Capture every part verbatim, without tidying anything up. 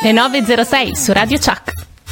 Le nove e zero sei su Radio Chuck.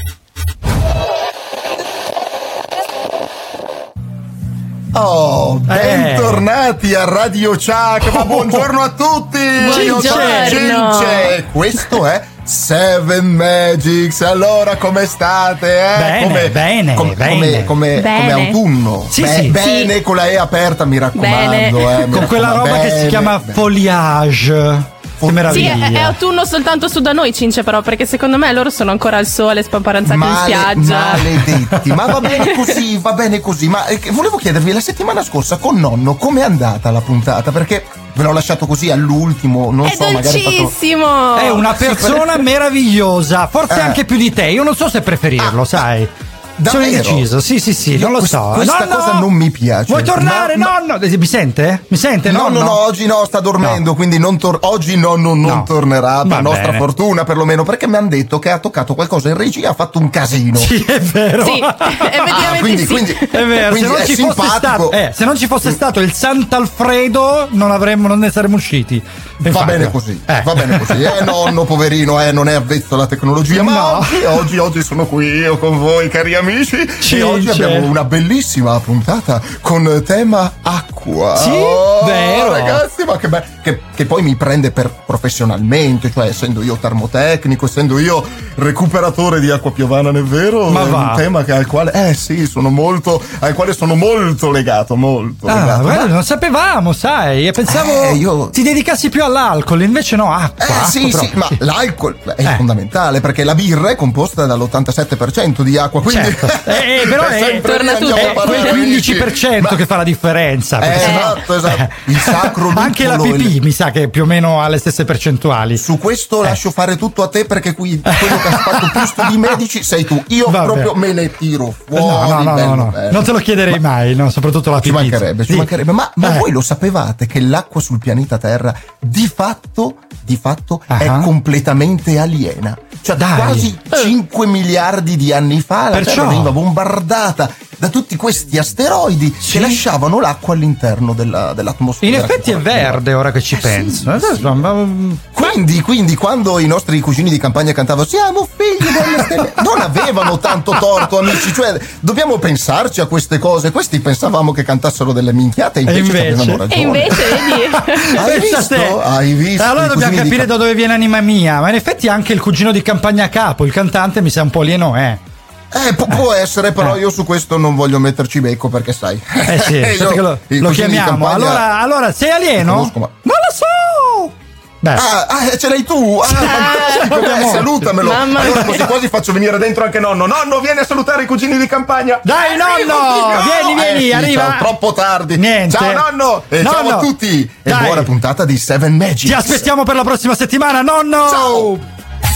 Oh, bentornati eh. a Radio Chuck, ma buongiorno a tutti! Buongiorno! Questo è Seven Magics. Allora, come state? Eh? Bene, come, bene, come, bene. Come, come, Bene. come autunno. Sì, Be- sì. Bene, Sì. con la E aperta, mi raccomando. Bene. Eh, mi Con quella raccomando. roba che si Bene, chiama bene. foliage. Che Sì, meraviglia. è, è autunno soltanto su da noi, Cince, però, perché secondo me loro sono ancora al sole, spamparanzati in Male- spiaggia. Maledetti, ma va bene così, va bene così. Ma eh, volevo chiedervi, la settimana scorsa con nonno com'è andata la puntata? Perché ve l'ho lasciato così all'ultimo, non È so, magari fatto... dolcissimo! È una persona meravigliosa, forse Eh. anche più di te. Io non so se preferirlo, sai. Sono Davvero? indeciso, sì, sì, sì, non lo Questa- so. questa Nonno! cosa non mi piace. Vuoi tornare, Ma- nonno? Eh, Mi sente? Mi sente, No, nonno? no, no, oggi no, sta dormendo, No. quindi non tor- oggi no, no, non No. tornerà, per Va nostra bene. fortuna perlomeno, perché mi hanno detto che ha toccato qualcosa in regia, ha fatto un casino. Sì, è vero. Sì, effettivamente Ah, quindi, sì. quindi, È vero, quindi se non, è ci fosse simpatico. stato, eh, se non ci fosse stato il Sant'Alfredo non avremmo, non ne saremmo usciti. Va Infatti. bene così, Eh. va bene così. Eh, nonno, poverino, eh, non è avvezzo alla tecnologia, ma No. oggi, oggi, oggi sono qui io con voi, cari amici, Sì, e oggi c'è. abbiamo una bellissima puntata con tema acqua. Sì, Oh, vero. Ragazzi, ma che bello, che, che poi mi prende per professionalmente, cioè essendo io termotecnico, essendo io recuperatore di acqua piovana, non è vero? Ma è va. un tema che, al quale, eh sì, sono molto, al quale sono molto legato, molto Ah, legato. guarda, Ma- non sapevamo, sai, e pensavo Eh, io- ti dedicassi più all'alcol, invece no, acqua. Eh acqua sì, sì, proprio. ma l'alcol è Eh. fondamentale perché la birra è composta dall'ottantasette per cento di acqua, quindi Certo. Eh, eh, però è- sempre torna lì tutto. andiamo a È quel parlare, quindici per cento ma- che fa la differenza. Eh, perché- esatto, esatto. Il sacro Anche la luppolo e pipì le- mi sa che più o meno ha le stesse percentuali. Su questo Eh. lascio fare tutto a te perché qui quello che ha fatto più studi medici sei tu. Io Vabbè. proprio me ne tiro fuori. No, no, no, bello, no, no. bello. Non te lo chiederei mai, no? Soprattutto la Ci pipì. mancherebbe, ci Sì. mancherebbe. Ma, ma Eh. voi lo sapevate che l'acqua sul pianeta Terra di fatto, di fatto Ah. è completamente aliena? Cioè, Dai. quasi cinque miliardi di anni fa la Perciò- Terra veniva bombardata da tutti questi asteroidi Sì. che lasciavano l'acqua all'interno della, dell'atmosfera. In effetti è verde ora che ci Eh, sì, penso. sì. Eh, ma- Quindi, quindi, quando i nostri cugini di campagna cantavano siamo figli delle stelle, non avevano tanto torto, amici. Cioè, dobbiamo pensarci a queste cose. Questi pensavamo che cantassero delle minchiate, e invece, invece? avevano ragione. E invece, vedi? Hai Pensa visto? te. Hai visto? Allora I dobbiamo cugini di capire Cap- da dove viene Anima Mia. Ma in effetti anche il cugino di Campagna Capo, il cantante, mi sa un po' alieno, eh. Eh, pu- può essere, però io su questo non voglio metterci becco perché sai. Eh sì, Io aspetta che lo, i lo cugini di chiamiamo. campagna- Allora, allora, sei alieno? conosco, ma- Non lo so! Beh, Ah, ah, ce l'hai tu! Ah, fantastico, abbiamo- eh, salutamelo! Mamma Allora mia. quasi quasi faccio venire dentro anche nonno. Nonno, vieni a salutare i cugini di campagna! dai, Arrivo, nonno! figlio! Vieni, vieni, Eh sì, arriva! ciao, troppo tardi! Niente. Ciao nonno! E ciao Nonno, a tutti! E dai. buona puntata di Seven Magics! Ti aspettiamo per la prossima settimana, nonno! Ciao!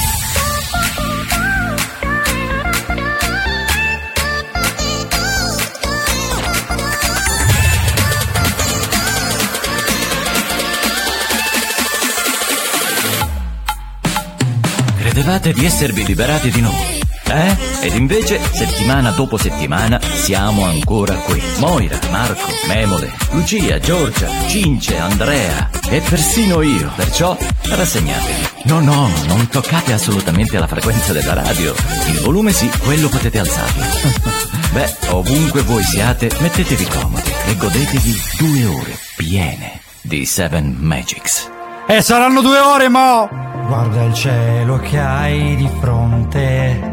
Credevate di esservi liberati di noi, eh? Ed invece, settimana dopo settimana, siamo ancora qui. Moira, Marco, Memole, Lucia, Giorgia, Cince, Andrea e persino io. Perciò, rassegnatevi. No, no, non toccate assolutamente la frequenza della radio. Il volume sì, quello potete alzarlo. Beh, ovunque voi siate, mettetevi comodi e godetevi due ore piene di Seven Magics. E saranno due ore, mo! Guarda il cielo che hai di fronte.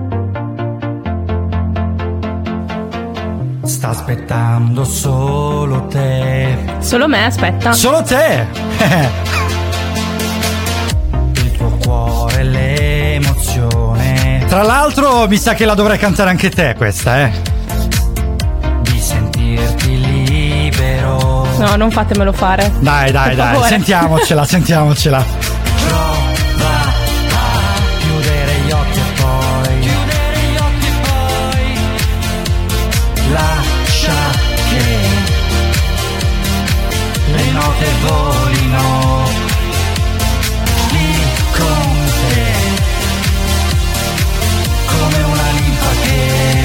Sta aspettando solo te. Solo me, aspetta. Solo te! Il tuo cuore, l'emozione. Tra l'altro, mi sa che la dovrai cantare anche te, questa, eh? Di sentirti libero. No, non fatemelo fare. Dai, dai, Per dai, favore. sentiamocela, sentiamocela. Prova a chiudere gli occhi e poi chiudere gli occhi e poi lascia che le note volino lì con te come una linfa che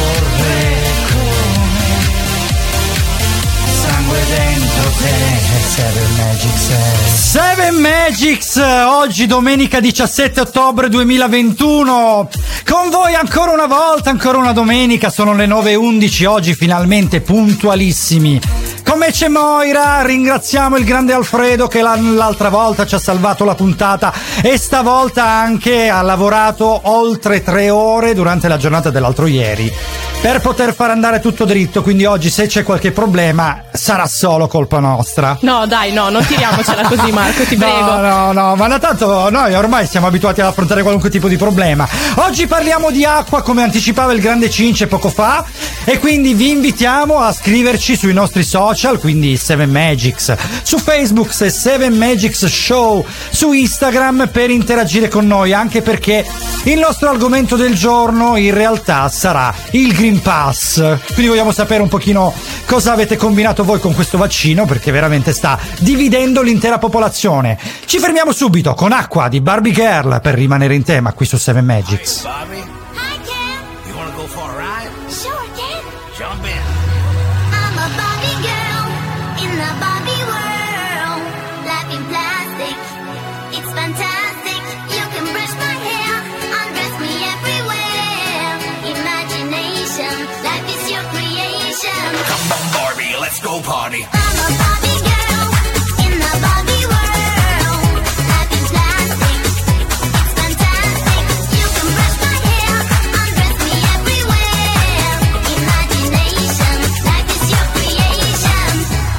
scorre come sangue dentro te, Seven Magics. Seven Magics, oggi domenica diciassette ottobre duemilaventuno. Con voi ancora una volta, ancora una domenica, sono le nove e undici, oggi finalmente puntualissimi. Come c'è Moira, ringraziamo il grande Alfredo che l'altra volta ci ha salvato la puntata e stavolta anche ha lavorato oltre tre ore durante la giornata dell'altro ieri per poter far andare tutto dritto, quindi oggi se c'è qualche problema sarà solo colpa nostra. No dai, no, non tiriamocela così Marco, ti prego. No, no, no, ma tanto noi ormai siamo abituati ad affrontare qualunque tipo di problema. Oggi parliamo di acqua, come anticipava il grande Cince poco fa, e quindi vi invitiamo a scriverci sui nostri social, quindi Seven Magics, su Facebook se Seven Magics Show, su Instagram per interagire con noi, anche perché il nostro argomento del giorno in realtà sarà il Green Pass. Quindi vogliamo sapere un pochino cosa avete combinato voi con questo vaccino, perché veramente sta dividendo l'intera popolazione. Ci fermiamo subito con Acqua di Barbie Girl per rimanere in tema qui su Seven Magics. Hi, Bobby. Hi, Ken. You wanna go for a ride? Sure, Ken. Jump in. I'm a Barbie girl in the Barbie world. Life in plastic, it's fantastic. You can brush my hair, undress me everywhere. Imagination, life is your creation. Come on, Barbie, let's go party. I'm a Barbie girl in the Barbie world. Life in plastic, it's fantastic. You can brush my hair, undress me everywhere. Imagination, life is your creation.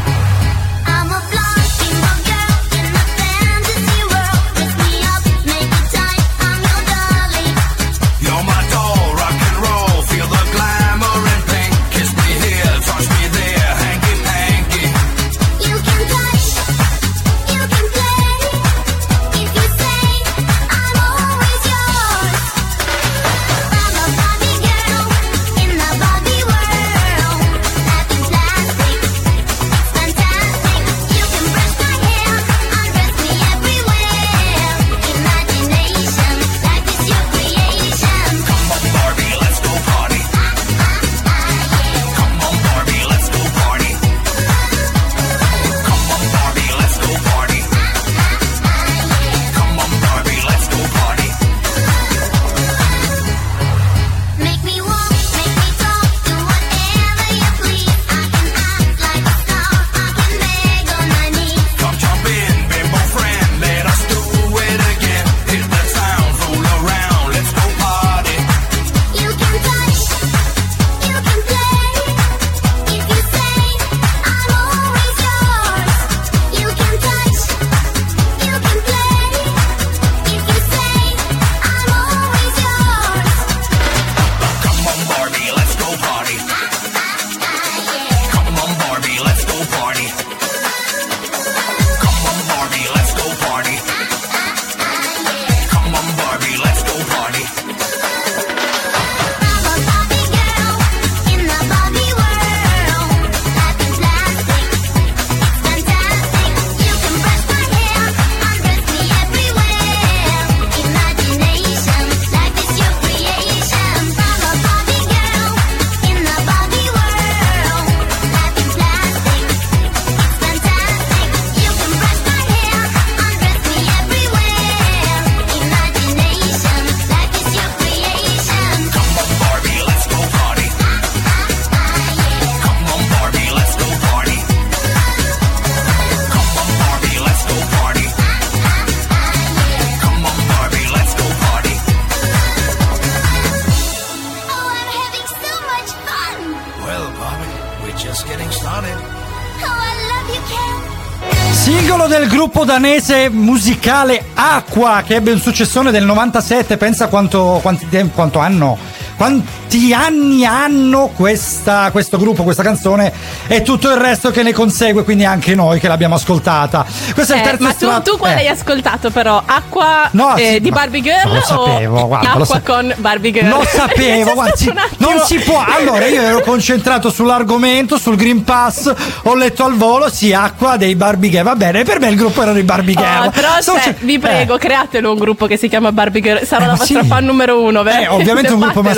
I'm a blonde single girl in a fantasy world. Dress me up, make it tight, I'm your darling. You're my doll, rock and roll. Feel the glamour and pink. Kiss me here, touch me there, hanky panky. You can touch, you can play. If you say I'm always yours. I'm a Barbie girl in the Barbie world. Life in plastic, it's fantastic. You can brush my hair, undress me everywhere. Imagination, life is your creation. Come on, Barbie, let's go party. Come on, Barbie, let's go party. Come on, Barbie, let's go party. Come on, Barbie, let's go party. Make me walk, make me talk, do whatever you please. I can act like a star, I can beg on my knees. Come jump in, bimbo friend, let us do it again. Hit the town, roll around, let's go party. You can touch, you can play. If you say I'm always yours. You can touch, you can play. If you say I'm always yours. Come on, Barbie, let's go party. Come on, Barbie, let's go party. Come on, Barbie, let's go party. Come on, Barbie, let's go party. I'm a Barbie girl in the Barbie world. Life in plastic, it's fantastic. You can brush my hair, undress me everywhere. Imagination, life is your creation. I'm a Barbie girl in the Barbie world. Life in plastic, it's fantastic. You can brush my hair, undress me everywhere. Imagination, life is your creation. Come on, Barbie, let's go party. Come on, Barbie, let's go party. Come on, Barbie, let's go party. Come on, Barbie, let's go party. Oh, I'm having so much fun. Well, Barbie, we're just getting started. Oh, I love you, Ken. Singolo del gruppo danese musicale Acqua, che ebbe un successone del novantasette. Pensa quanto, quanti tem- quanto hanno, quanti anni hanno questa, questo gruppo, questa canzone e tutto il resto che ne consegue, quindi anche noi che l'abbiamo ascoltata. Questo è il Eh, terzo ma tu, estratto. tu quale eh. hai ascoltato però? Acqua No, eh, sì, di ma- Barbie Girl lo sapevo, o guarda, lo Acqua sa- con Barbie Girl? Lo Perché c'è sapevo, guarda, stato si- un attimo- non si può. Allora io ero concentrato sull'argomento, sul Green Pass, ho letto al volo, sì, Acqua dei Barbie Girl. Va bene, per me il gruppo era dei Barbie Girl. Oh, però Stavo cioè, cer- vi prego, eh. createlo un gruppo che si chiama Barbie Girl. Sarò Eh, la ma vostra sì. fan numero uno, Eh, ovviamente un gruppo Fatelo.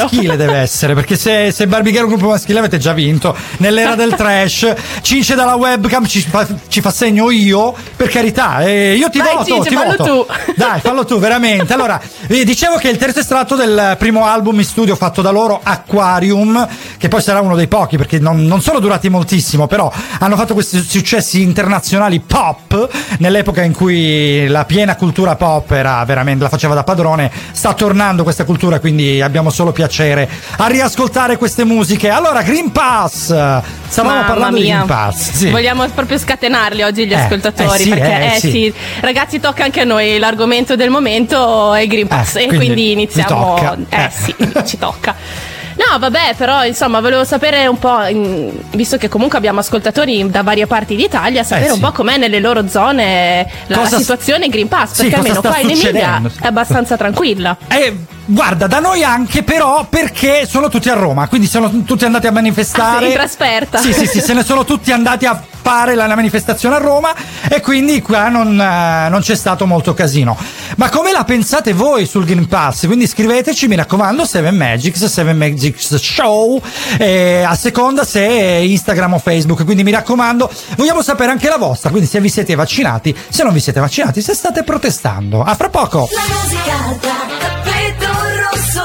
maschile deve essere, perché se, se Barbie Girl è un gruppo maschile avete già vinto. Nell'era del trash, Cince dalla webcam ci fa, ci fa segno io, per carità, eh, io ti Dai, voto, Cince, ti fallo voto. tu. Dai, fallo tu, veramente. Allora, eh, dicevo che il terzo estratto del primo album in studio fatto da loro, Aquarium, che poi sarà uno dei pochi, perché non, non sono durati moltissimo, però hanno fatto questi successi internazionali pop, nell'epoca in cui la piena cultura pop era veramente, la faceva da padrone. Sta tornando questa cultura, quindi abbiamo solo piacere a riascoltare queste musiche. Allora, Green Pass, stavamo Mamma parlando mia. di Green Pass, sì. Vogliamo proprio scatenarli oggi gli Eh, ascoltatori, eh sì, perché eh eh sì. sì, ragazzi, tocca anche a noi, l'argomento del momento è Green Pass, Eh, e quindi quindi vi iniziamo. tocca. Eh, Eh. sì, ci tocca. No, vabbè, però insomma volevo sapere un po', in- visto che comunque abbiamo ascoltatori da varie parti d'Italia, sapere Eh, sì. un po' com'è nelle loro zone la, Cosa la s- situazione Green Pass, Sì, perché cosa almeno sta qua in Emilia succedendo? è abbastanza tranquilla. Eh, guarda, da noi anche, però, perché sono tutti a Roma, quindi sono tutti andati a manifestare. Ah, sei in trasferta. Sì, sì, sì, se ne sono tutti andati a fare la, la manifestazione a Roma, e quindi qua non, eh, non c'è stato molto casino. Ma come la pensate voi sul Green Pass? Quindi scriveteci, mi raccomando, seven Magics, seven Magics Show, eh, a seconda se è Instagram o Facebook, quindi mi raccomando, vogliamo sapere anche la vostra, quindi se vi siete vaccinati, se non vi siete vaccinati, se state protestando. A fra poco! La musica da tappeto rosso.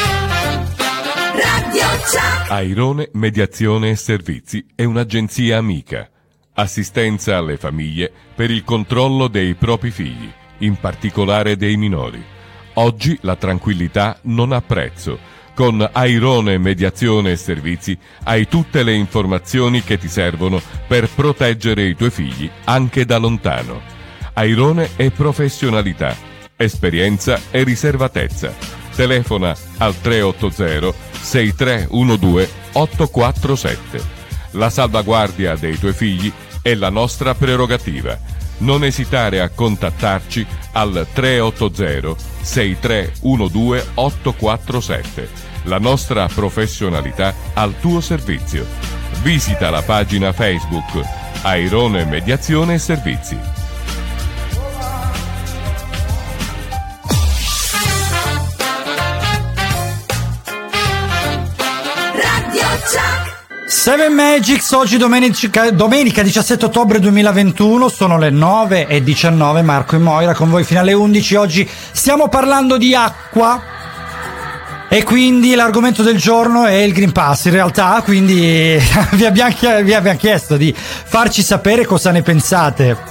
Radio Chuck. Airone Mediazione e Servizi è un'agenzia amica. Assistenza alle famiglie per il controllo dei propri figli, in particolare dei minori. Oggi la tranquillità non ha prezzo. Con Airone Mediazione e Servizi hai tutte le informazioni che ti servono per proteggere i tuoi figli anche da lontano. Airone è professionalità, esperienza e riservatezza. Telefona al tre otto zero sei tre uno due otto quattro sette. La salvaguardia dei tuoi figli è la nostra prerogativa. Non esitare a contattarci al tre otto zero sei tre uno due otto quattro sette. La nostra professionalità al tuo servizio. Visita la pagina Facebook Airone Mediazione e Servizi. Radio Chuck. seven Magics, oggi domenica, domenica diciassette ottobre duemilaventuno, sono le nove e diciannove, Marco e Moira con voi fino alle undici. Oggi stiamo parlando di acqua e quindi l'argomento del giorno è il Green Pass in realtà, quindi vi abbiamo, chie- vi abbiamo chiesto di farci sapere cosa ne pensate.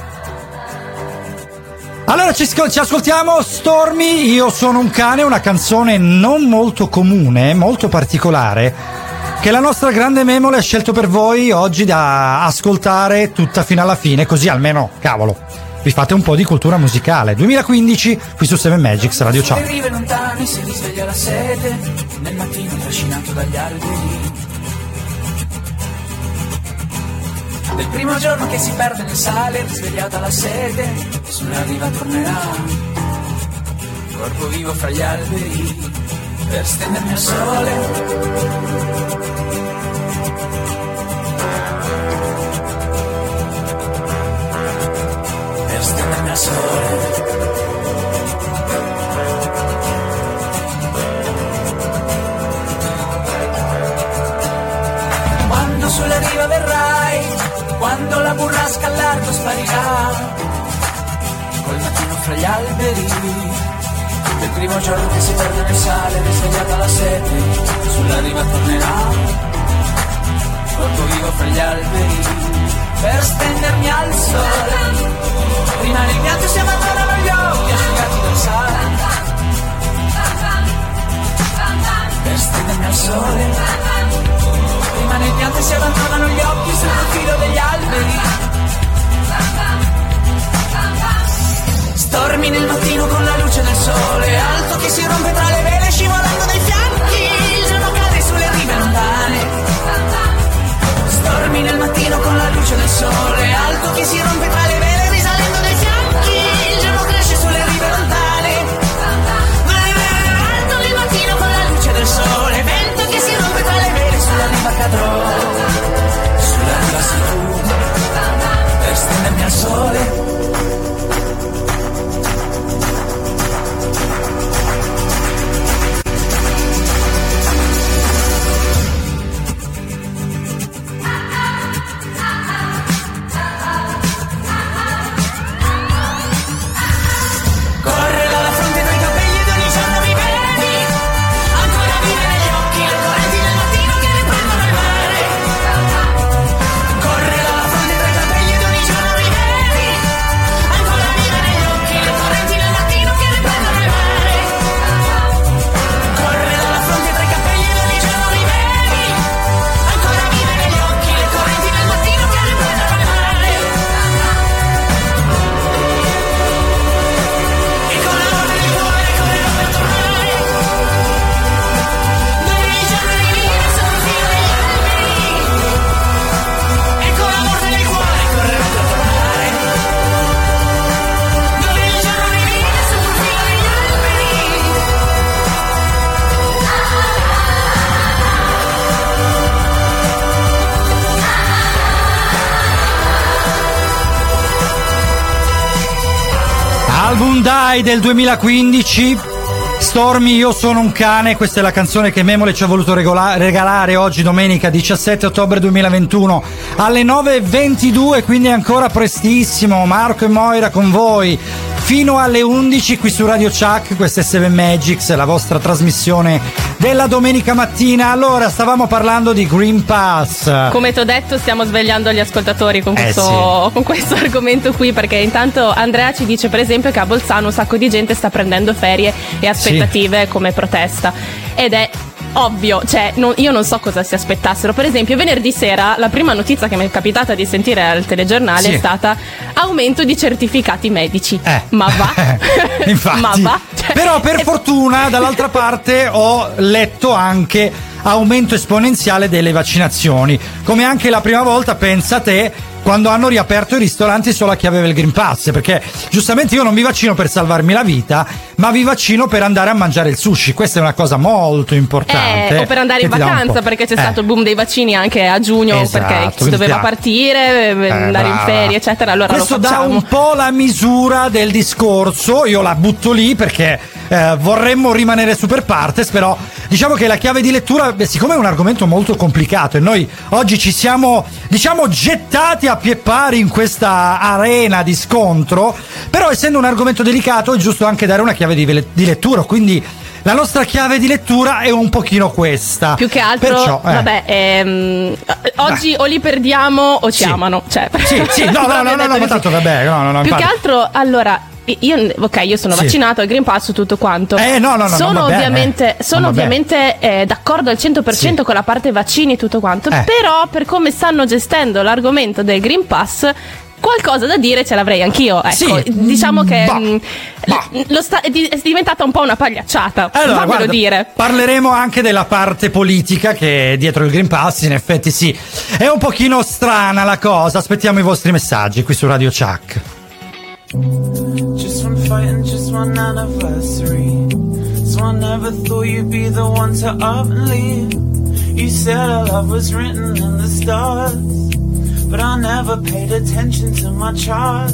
Allora ci, sco- ci ascoltiamo Stormy, Io sono un cane, una canzone non molto comune, molto particolare, che la nostra grande Memole ha scelto per voi oggi da ascoltare tutta fino alla fine, così almeno, cavolo, vi fate un po' di cultura musicale. duemilaquindici, qui su seven Magics Radio Ciao. Le rive lontane si risveglia la sete, nel mattino trascinato dagli alberi. Del primo giorno che si perde nel sale, risvegliata la sete, sulla riva tornerà. Corpo vivo fra gli alberi, per stendermi al sole. Per stendermi al sole. Quando sulla riva verrai, quando la burrasca al largo sparirà, col mattino fra gli alberi, del primo giorno che si perde nel sale, risvegliata la sete, sulla riva tornerà, corpo vivo fra gli alberi, per stendermi al sole, rimane il pianto e si abbandonano gli occhi asciugati dal sale, per stendermi al sole. Rimane il pianto e si abbandonano gli occhi sul profilo degli alberi. Stormi nel mattino con la luce del sole, alto che si rompe tra le vele scivolando dai fianchi, il giorno cade sulle rive lontane. Stormi nel mattino con la luce del sole, alto che si rompe tra le vele risalendo dai fianchi, il giorno cresce sulle rive lontane. Alto nel mattino con la luce del sole, vento che si rompe tra le vele, sulla riva cadrò, sulla riva sicura, per stendermi al sole. Album Die del duemilaquindici. Stormy, io sono un cane, questa è la canzone che Memole ci ha voluto regola- regalare oggi domenica diciassette ottobre duemilaventuno alle nove e ventidue, quindi è ancora prestissimo. Marco e Moira con voi fino alle undici qui su Radio Chuck, questa è Seven Magics, la vostra trasmissione della domenica mattina. Allora, stavamo parlando di Green Pass. Come ti ho detto, stiamo svegliando gli ascoltatori con Eh, questo, con questo argomento qui, perché intanto Andrea ci dice per esempio che a Bolzano un sacco di gente sta prendendo ferie e aspettative come protesta, ed è ovvio, cioè non- io non so cosa si aspettassero. Per esempio venerdì sera la prima notizia che mi è capitata di sentire al telegiornale Sì. è stata aumento di certificati medici. Eh. Ma va? Infatti. Ma va? Cioè, Però per è- fortuna dall'altra parte ho letto anche aumento esponenziale delle vaccinazioni, come anche la prima volta, pensa te, quando hanno riaperto i ristoranti solo a chi aveva il Green Pass, perché giustamente io non mi vaccino per salvarmi la vita, ma vi vaccino per andare a mangiare il sushi. Questa è una cosa molto importante. Eh, o per andare che in ti dà un vacanza, po'. perché c'è Eh. stato il boom dei vaccini anche a giugno, Esatto, perché si quindi doveva ti- partire, eh, andare in brava. ferie, eccetera. Allora Questo lo dà facciamo. un po' la misura del discorso, io la butto lì perché eh, vorremmo rimanere super partes, però diciamo che la chiave di lettura, beh, siccome è un argomento molto complicato e noi oggi ci siamo, diciamo, gettati a pie pari in questa arena di scontro, però essendo un argomento delicato è giusto anche dare una chiave di, ve- di lettura, quindi la nostra chiave di lettura è un pochino questa. Più che altro, Perciò, eh. vabbè, ehm, oggi o li perdiamo o ci Sì. amano. Cioè, Sì, sì, no, no, proprio no, no, detto no, ma così. tanto vabbè, no, no, no, Più infatti. che altro, allora, io, ok, io sono Sì. vaccinato, il Green Pass, tutto quanto. Eh, no, no, no, sono non va bene, ovviamente, eh. sono Non va bene. ovviamente eh, d'accordo al cento per cento Sì. con la parte vaccini e tutto quanto, Eh. però per come stanno gestendo l'argomento del Green Pass, qualcosa da dire ce l'avrei anch'io. Ecco, Sì. diciamo che Bah. mh, Bah. lo sta- è di- è diventata un po' una pagliacciata. Allora, fammelo guarda, dire. parleremo anche della parte politica che è dietro il Green Pass, in effetti sì, è un pochino strana la cosa, aspettiamo i vostri messaggi qui su Radio Chuck. Just one fight and just one anniversary. So I never thought you'd be the one to up and leave. You said our love was written in the stars, but I never paid attention to my charts.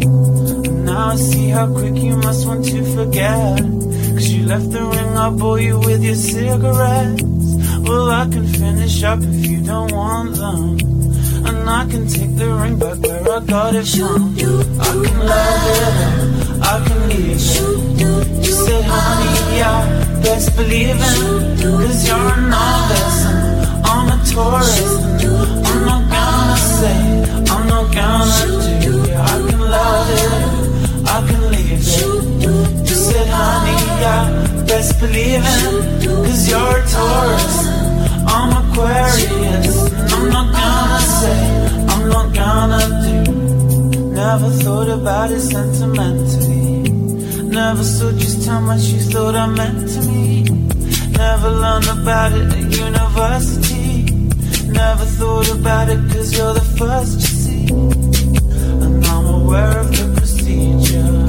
And now I see how quick you must want to forget. Cause you left the ring I bought you with your cigarettes. Well, I can finish up if you don't want them, and I can take the ring back where I got it from. I can love it, I can leave it. You said, honey, yeah, best believe it. Cause you're a novice and I'm a tourist. I'm not gonna say, I'm not gonna do. Yeah, I can love it, I can leave it. You said, honey, yeah, best believe it. Cause you're a tourist, I'm Aquarius. And I'm not gonna say, I'm not gonna do. Never thought about it sentimentally. Never saw just how much you thought I meant to me. Never learned about it at university. Never thought about it cause you're the first you see. And I'm aware of the procedure,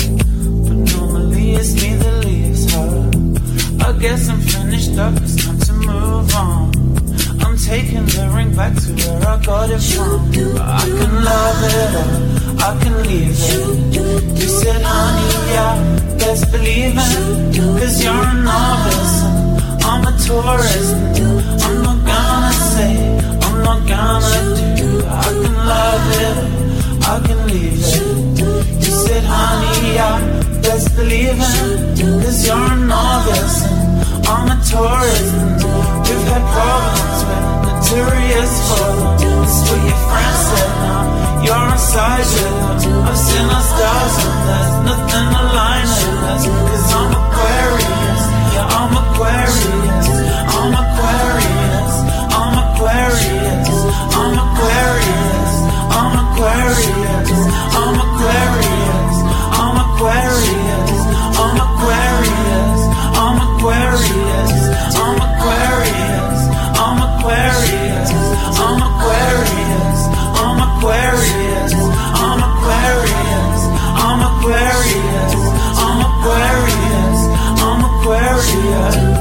but normally it's me that leaves her. I guess I'm finished up, it's time to move on. I'm taking the ring back to where I got it from. I can love it or I can leave it. You said, honey, yeah, best believe it. Cause you're a novice and I'm a tourist. I'm not gonna say, I'm not gonna do. I can love it or I can leave it. You said, honey, yeah, best believe it. Cause you're a novice and I'm a tourist. We've had problems with notorious for them. That's what your friends said now. You're on side with them. I've seen our stars and there's nothing aligning us. Cause I'm Aquarius, yeah, I'm Aquarius. I'm Aquarius, I'm Aquarius. I'm Aquarius, I'm Aquarius. I'm Aquarius, I'm Aquarius. I'm Aquarius, I'm Aquarius. I'm Aquarius, I'm Aquarius. I'm Aquarius, I'm Aquarius. I'm Aquarius, I'm Aquarius. I'm Aquarius, I'm Aquarius.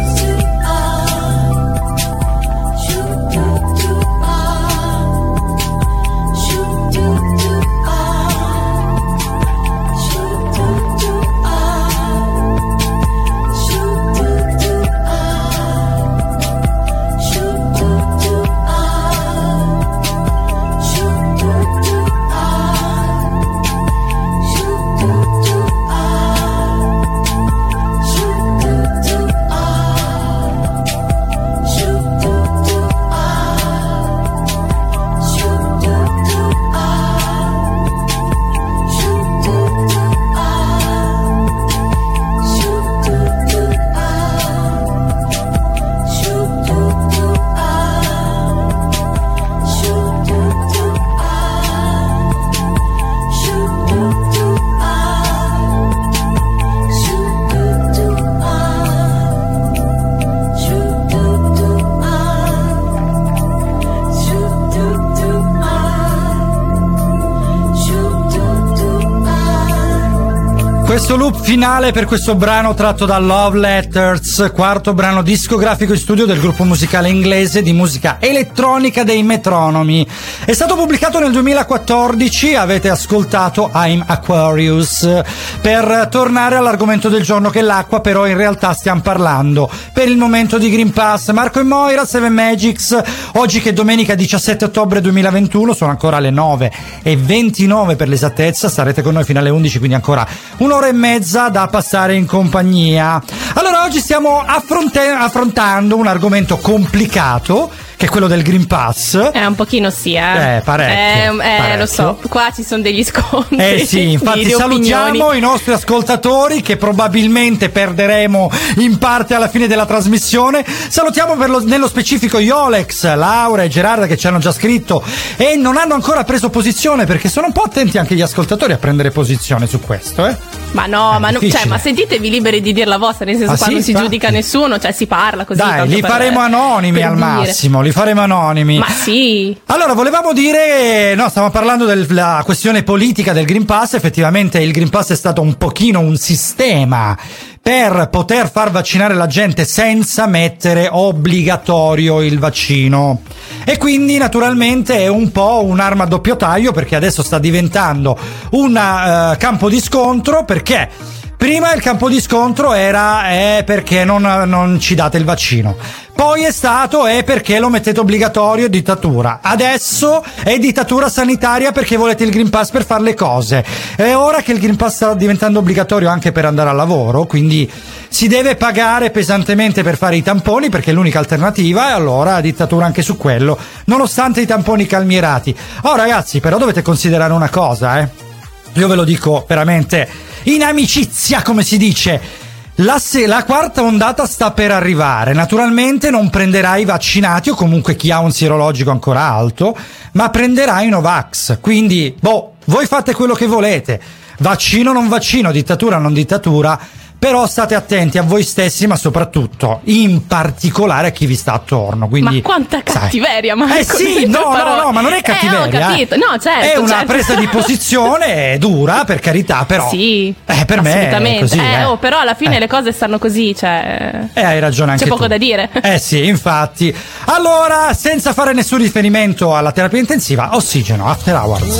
Questo loop finale per questo brano tratto da Love Letters, quarto brano discografico in studio del gruppo musicale inglese di musica elettronica dei Metronomi. È stato pubblicato nel duemilaquattordici, avete ascoltato I'm Aquarius. Per tornare all'argomento del giorno, che è l'acqua, però in realtà stiamo parlando per il momento di Green Pass. Marco e Moira, Seven Magics, oggi che è domenica diciassette ottobre duemilaventuno, sono ancora le nove e ventinove per l'esattezza, starete con noi fino alle undici, quindi ancora un'ora e mezza da passare in compagnia. Allora, oggi stiamo affronte- affrontando un argomento complicato, che è quello del Green Pass. È un pochino sì, eh. Eh, parecchio. Eh, eh, parecchio. lo so, qua ci sono degli scontri. Eh sì, infatti di salutiamo opinioni. i nostri ascoltatori che probabilmente perderemo in parte alla fine della trasmissione. Salutiamo per lo, nello specifico Yolex, Laura e Gerarda che ci hanno già scritto e non hanno ancora preso posizione, perché sono un po' attenti anche gli ascoltatori a prendere posizione su questo, eh. Ma no, È ma, no difficile. cioè, ma sentitevi liberi di dir la vostra, nel senso, Ah, qua sì, non si infatti. giudica nessuno, cioè si parla così. Dai, tanto li per- faremo anonimi per al dire. massimo, li faremo anonimi. Ma sì. Allora, volevamo dire, no, stiamo parlando della questione politica del Green Pass. Effettivamente il Green Pass è stato un pochino un sistema per poter far vaccinare la gente senza mettere obbligatorio il vaccino. E quindi naturalmente è un po' un'arma a doppio taglio, perché adesso sta diventando un eh, campo di scontro, perché prima il campo di scontro era eh, perché non, non ci date il vaccino. Poi è stato è perché lo mettete obbligatorio, dittatura. Adesso è dittatura sanitaria perché volete il Green Pass per fare le cose. E ora che il Green Pass sta diventando obbligatorio anche per andare al lavoro, quindi si deve pagare pesantemente per fare i tamponi, perché è l'unica alternativa, e allora dittatura anche su quello, nonostante i tamponi calmierati. Oh ragazzi, però dovete considerare una cosa, eh. Io ve lo dico veramente in amicizia, come si dice. La, se- la quarta ondata sta per arrivare. Naturalmente non prenderai i vaccinati o comunque chi ha un sierologico ancora alto, ma prenderai i Novax. Quindi, boh, voi fate quello che volete. Vaccino, non vaccino, dittatura, non dittatura. Però state attenti a voi stessi, ma soprattutto, in particolare, a chi vi sta attorno. Quindi, Ma quanta sai. cattiveria, Marco, Eh sì, nelle no, tue no, parole. no, ma non è cattiveria. Eh, ho capito. No, certo, È una certo. presa di posizione dura, per carità, però. Sì, Eh, per me è assolutamente. così, eh, eh. oh, però alla fine Eh. le cose stanno così, cioè. E hai ragione anche C'è tu. poco da dire. Eh sì, infatti. Allora, senza fare nessun riferimento alla terapia intensiva, ossigeno, After Hours.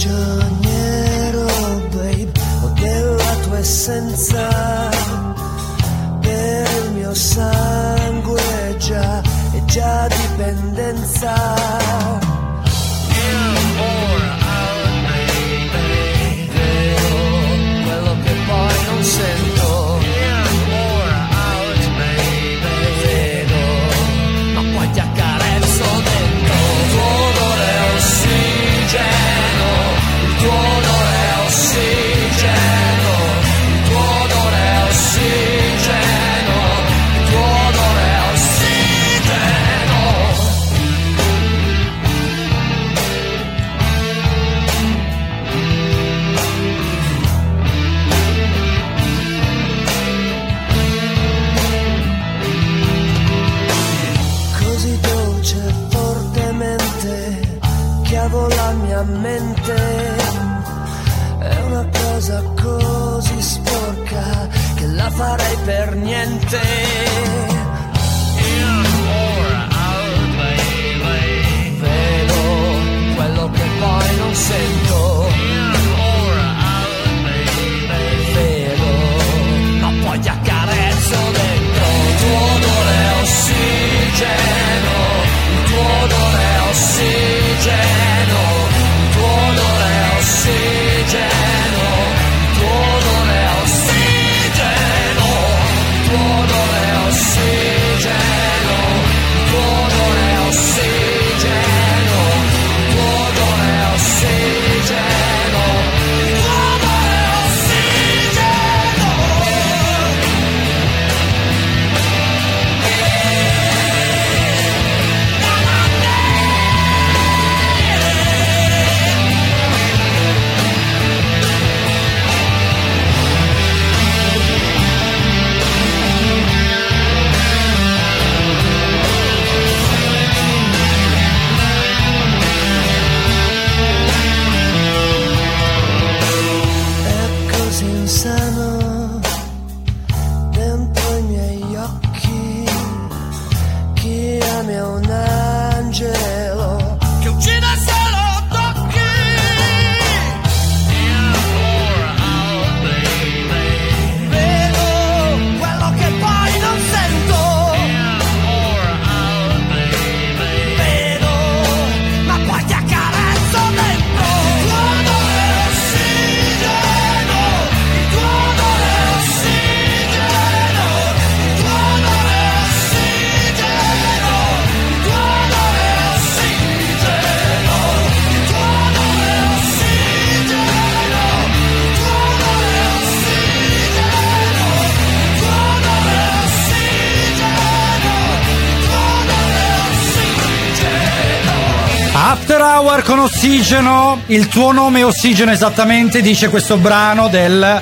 Prigioniero, babe, ho della tua essenza. Per il mio sangue è già, è già dipendenza. Vedo quello che poi non sento. Vedo, ma poi ti accarezzo dentro. Il tuo odore è ossigeno, il tuo odore è ossigeno, il tuo odore è ossigeno, il tuo odore è ossigeno. Così dolce, fortemente, chiavo la mia mente. È una cosa così sporca che la farei per niente. Vedo quello che poi non sento. Vedo, ma poi ti accarezzo dentro. Il tuo odore è ossigeno, il tuo odore è ossigeno, il tuo odore è ossigeno, il tuo odore è ossigeno, il tuo odore è ossigeno. chiami un angelo che uccide se lo tocchi. Vedo quello che poi non sento. Vedo, ma poi ti accarezzo dentro. Il tuo odore è ossigeno, il tuo odore è ossigeno, il tuo odore è ossigeno, il tuo odore è ossigeno, il tuo odore è ossigeno, il tuo odore è ossigeno, il tuo odore è ossigeno. After Hour con Ossigeno, il tuo nome è Ossigeno esattamente, dice questo brano del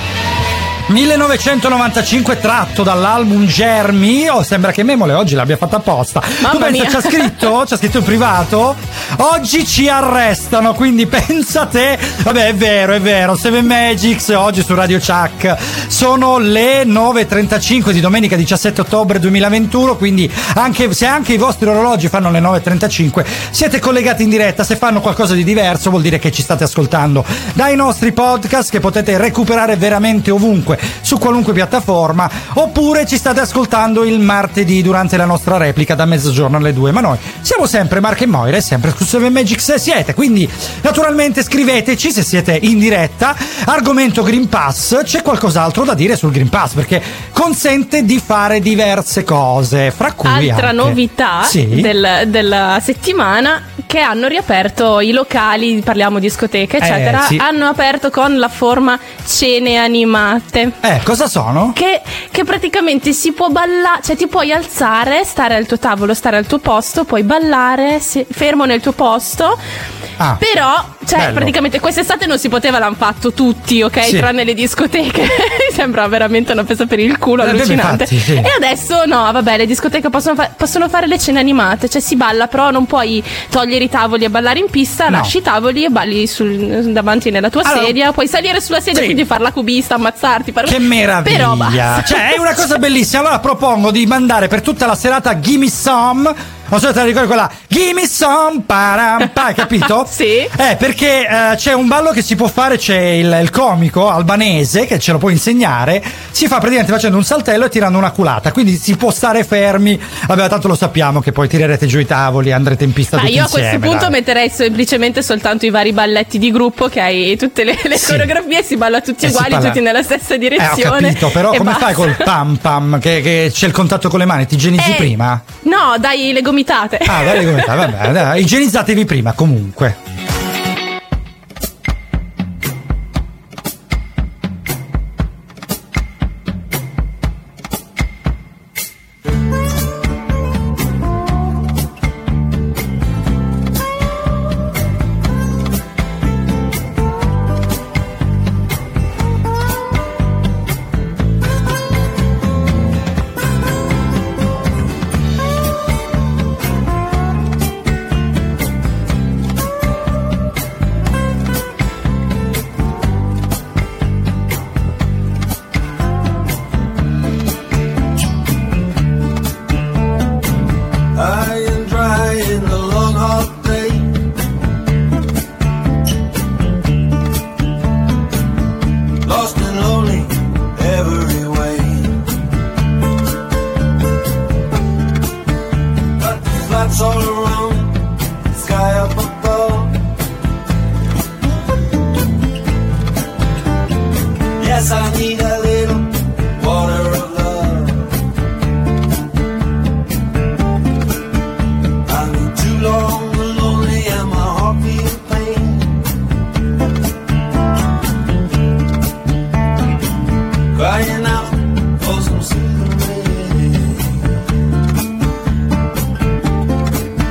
millenovecentonovantacinque tratto dall'album Germi. Oh, sembra che Memole oggi l'abbia fatta apposta. Mamma Tu pensa, mia. ci ha scritto, ci ha scritto in privato, oggi ci arrestano, quindi pensa te. Vabbè, è vero, è vero, Seven Magics oggi su Radio Chuck. Sono le nove e trentacinque di domenica diciassette ottobre duemilaventuno, quindi anche se anche i vostri orologi fanno le nove e trentacinque, siete collegati in diretta. Se fanno qualcosa di diverso vuol dire che ci state ascoltando dai nostri podcast, che potete recuperare veramente ovunque, su qualunque piattaforma, oppure ci state ascoltando il martedì durante la nostra replica da mezzogiorno alle due. Ma noi siamo sempre Marco e Moira e sempre su Seven Magic se siete, quindi naturalmente scriveteci se siete in diretta. Argomento Green Pass, c'è qualcos'altro da dire sul Green Pass perché consente di fare diverse cose, fra cui Altra anche... novità Sì. del- della settimana, che hanno riaperto i locali, parliamo di discoteche eccetera, Eh, sì. hanno aperto con la forma cene animate. Eh, cosa sono? Che, che praticamente si può ballare, cioè ti puoi alzare, stare al tuo tavolo, stare al tuo posto, puoi ballare se- fermo nel tuo posto. Ah, Però, cioè, bello. praticamente quest'estate non si poteva, l'hanno fatto tutti, ok? Sì. Tranne le discoteche. Mi sembra veramente una presa per il culo, Eh, beh, allucinante. infatti, sì. E adesso no, vabbè, le discoteche possono, fa- possono fare le cene animate, cioè si balla, però non puoi togliere i tavoli e ballare in pista, No. lasci i tavoli e balli sul- davanti nella tua Allora, sedia, puoi salire sulla sedia sì. e quindi far la cubista, ammazzarti. par- Che meraviglia! Però basta. Cioè, è una cosa bellissima. Allora propongo di mandare per tutta la serata Gimme Some. Non so se te la ricordi quella Gimme Some, param, pa, hai capito? Sì. Eh, perché eh, c'è un ballo che si può fare, c'è il, il comico albanese che ce lo può insegnare. Si fa praticamente facendo un saltello e tirando una culata. Quindi si può stare fermi. Vabbè, tanto lo sappiamo che poi tirerete giù i tavoli, andrete in pista Ma tutti io a questo insieme, punto dai. metterei semplicemente soltanto i vari balletti di gruppo, che hai tutte le, le Sì. coreografie, si balla tutti E si uguali, parla- tutti nella stessa Eh, ho direzione. capito, però e come basta. fai col pam pam? Che, che c'è il contatto con le mani, ti igienizzi Eh, prima? No, dai le gomitate. Ah, dai, come sta? Vabbè, dai, igienizzatevi prima, comunque. High and dry in the long hot day. Lost and lonely every way. But the flats all around, sky up above. Yes, I need a little water of love. I've been too long and lonely and my heart feels pain. Crying out for some soothing rain.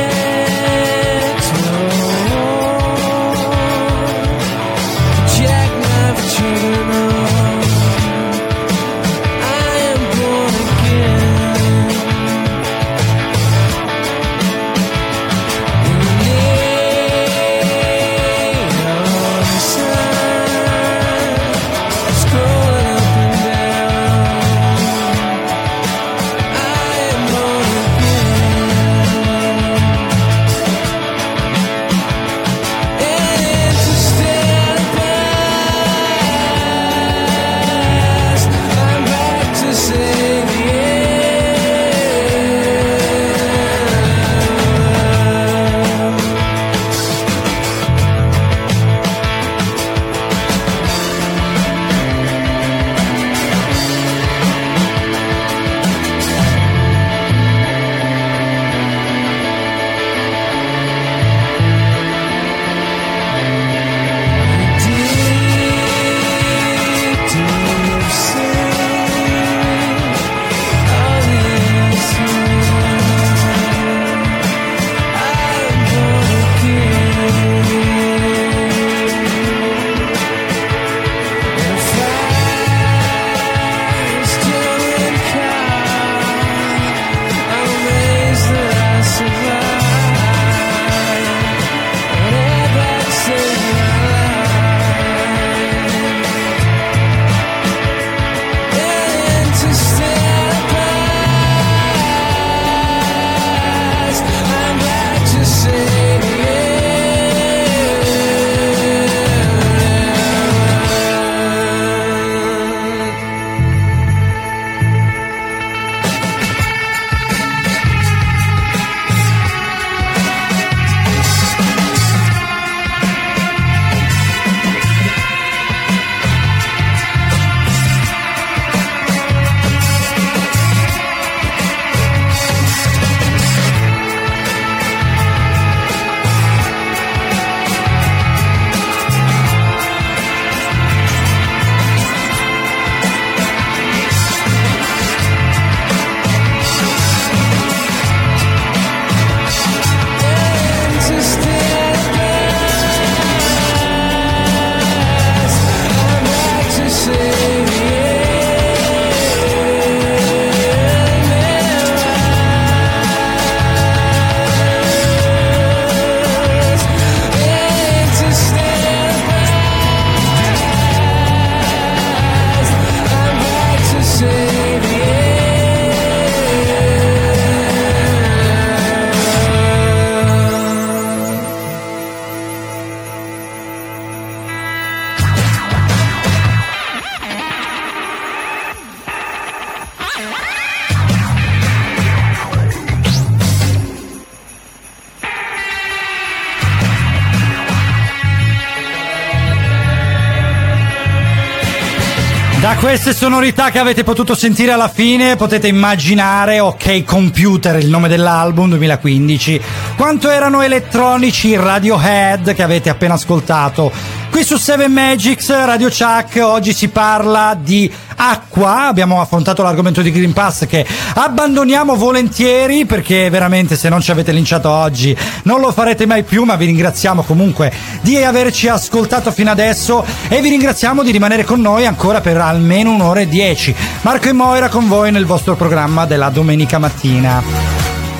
Da queste sonorità che avete potuto sentire alla fine potete immaginare, ok Computer, il nome dell'album duemilaquindici, quanto erano elettronici i Radiohead che avete appena ascoltato. Qui su Seven Magics Radio Chuck oggi si parla di acqua. Abbiamo affrontato l'argomento di Green Pass che abbandoniamo volentieri perché veramente se non ci avete linciato oggi non lo farete mai più, ma vi ringraziamo comunque di averci ascoltato fino adesso e vi ringraziamo di rimanere con noi ancora per almeno un'ora e dieci. Marco e Moira con voi nel vostro programma della domenica mattina.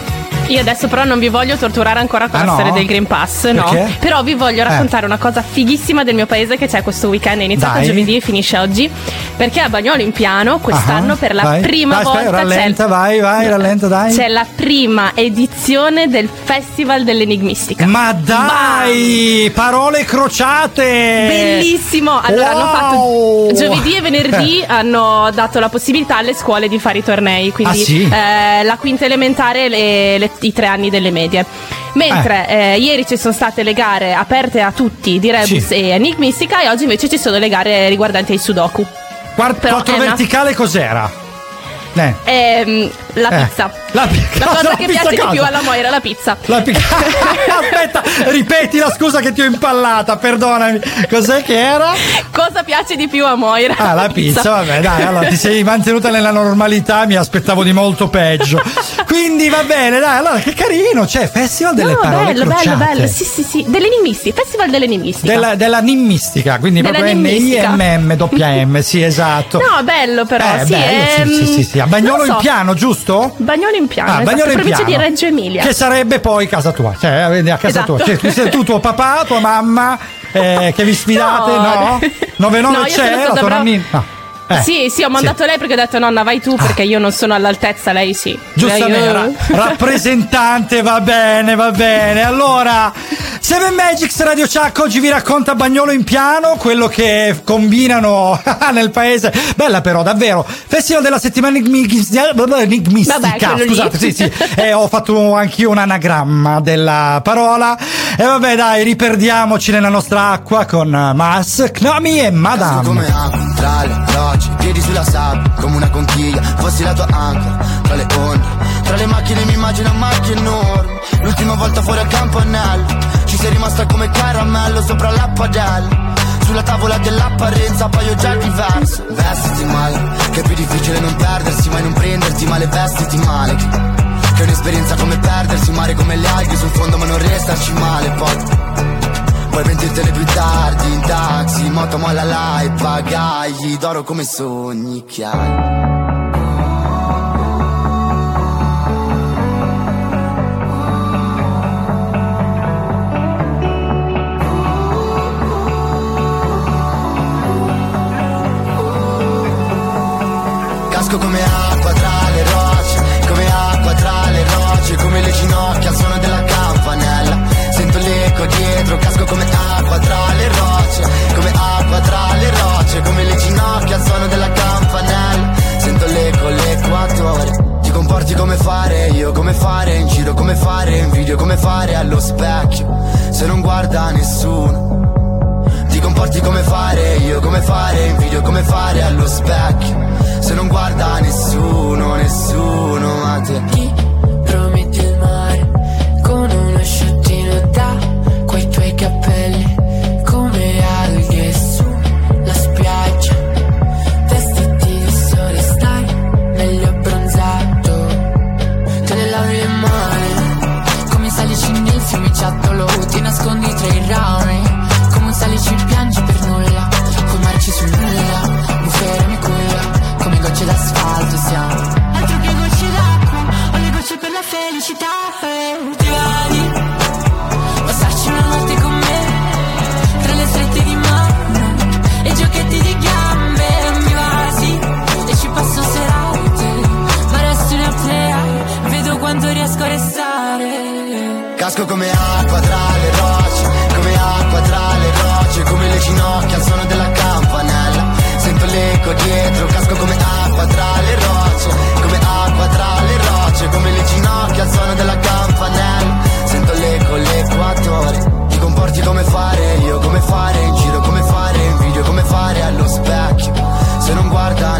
Io adesso però non vi voglio torturare ancora con Ah, la no? storia del Green Pass, no. Perché? Però vi voglio raccontare Eh. una cosa fighissima del mio paese che c'è questo weekend, è iniziato Dai. giovedì e finisce oggi, perché a Bagnolo in Piano quest'anno Ah, per la vai. prima Dai, volta aspetta, rallenta, c'è, vai, vai, rallenta, dai. c'è la prima edizione del Festival dell'Enigmistica. Ma dai, parole crociate! Bellissimo! Allora Wow! hanno fatto giovedì e venerdì hanno dato la possibilità alle scuole di fare i tornei, quindi Ah, sì? eh, la quinta elementare e le- le- i tre anni delle medie. Mentre eh, ieri ci sono state le gare aperte a tutti di Rebus Sì. e Enigmistica e oggi invece ci sono le gare riguardanti ai Sudoku. Guarda, Però quattro è una- verticale cos'era? Eh. Ehm, la Eh. pizza. La, pi- La cosa la che pizza piace di cosa? più alla Moira è la pizza. La pi- Aspetta, ripeti la scusa che ti ho impallata, perdonami. Cos'è che era? Cosa piace di più a Moira? Ah, la pizza, vabbè, dai, allora ti sei mantenuta nella normalità, mi aspettavo di molto peggio. Quindi va bene, dai, allora che carino, c'è Festival delle No, parole bello, crociate. bello, bello. Sì, sì, sì. Dell'enigmisti, Festival dell'enigmistica. Della, della nimmistica, quindi Della proprio N I nimmistica. M M doppia M, sì, esatto. No, bello però, Eh, sì, bello, sì, ehm, sì, sì, sì. A Bagnolo non so. in Piano, giusto? Bagnolo in Piano, Ah, esatto, Bagnolo in provincia Piano. di Reggio Emilia. Che sarebbe poi casa tua, cioè vedi, a casa Esatto. tua. Cioè, tu, sei tu, tuo papà, tua mamma, eh, che vi sfidate, No. no? nove nove No, io sono c'è, la stata tua brava- nonnina. No. Eh, sì, sì, ho mandato lei perché ho detto nonna vai tu perché io non sono all'altezza, lei sì. Giustamente, Lei, ra- eh. rappresentante, va bene, va bene. Allora, Seven Magics Radio Chuck oggi vi racconta Bagnolo in Piano, quello che combinano nel paese. Bella però, davvero. Festival della settimana enigmistica. enigmistica. Vabbè, quello lì. Scusate, sì, sì. E ho fatto anch'io un anagramma della parola. E vabbè, dai, riperdiamoci nella nostra acqua con Mars, Knomi e Madame. Come acqua tra le rocce, piedi sulla sabbia come una conchiglia, fossi la tua ancora tra le onde, tra le macchine mi immagino a macchie enormi, l'ultima volta fuori al campanello ci sei rimasta come caramello sopra la padella, sulla tavola dell'apparenza poi ho già diverso, vestiti male che è più difficile non perdersi mai non prenderti male, vestiti male che, che è un'esperienza come perdersi, mare come le alghe sul fondo ma non restarci male, poi puoi pentirtene più tardi in taxi, moto molla là e bagagli d'oro come sogni che hai. Casco come acqua tra le rocce, come acqua tra le rocce, come le ginocchia al suono della campanella. Sento l'eco dietro, casco come acqua tra le rocce, come acqua tra le rocce, come le ginocchia al suono della campanella. Sento l'eco, l'equatore. Ti comporti come fare io, come fare in giro, come fare in video, come fare allo specchio, se non guarda nessuno. Ti comporti come fare io, come fare in video, come fare allo specchio, se non guarda nessuno, nessuno, ma te. Ti prometti il mare con uno sciottino da quei tuoi capelli come alghe sulla spiaggia, vestiti di sole, stai meglio abbronzato, te ne lavi le mani come salici nel fiumiciattolo, ti nascondi tra i rami come un salici piangi per nulla, come marci sul nulla, bufera mi culla.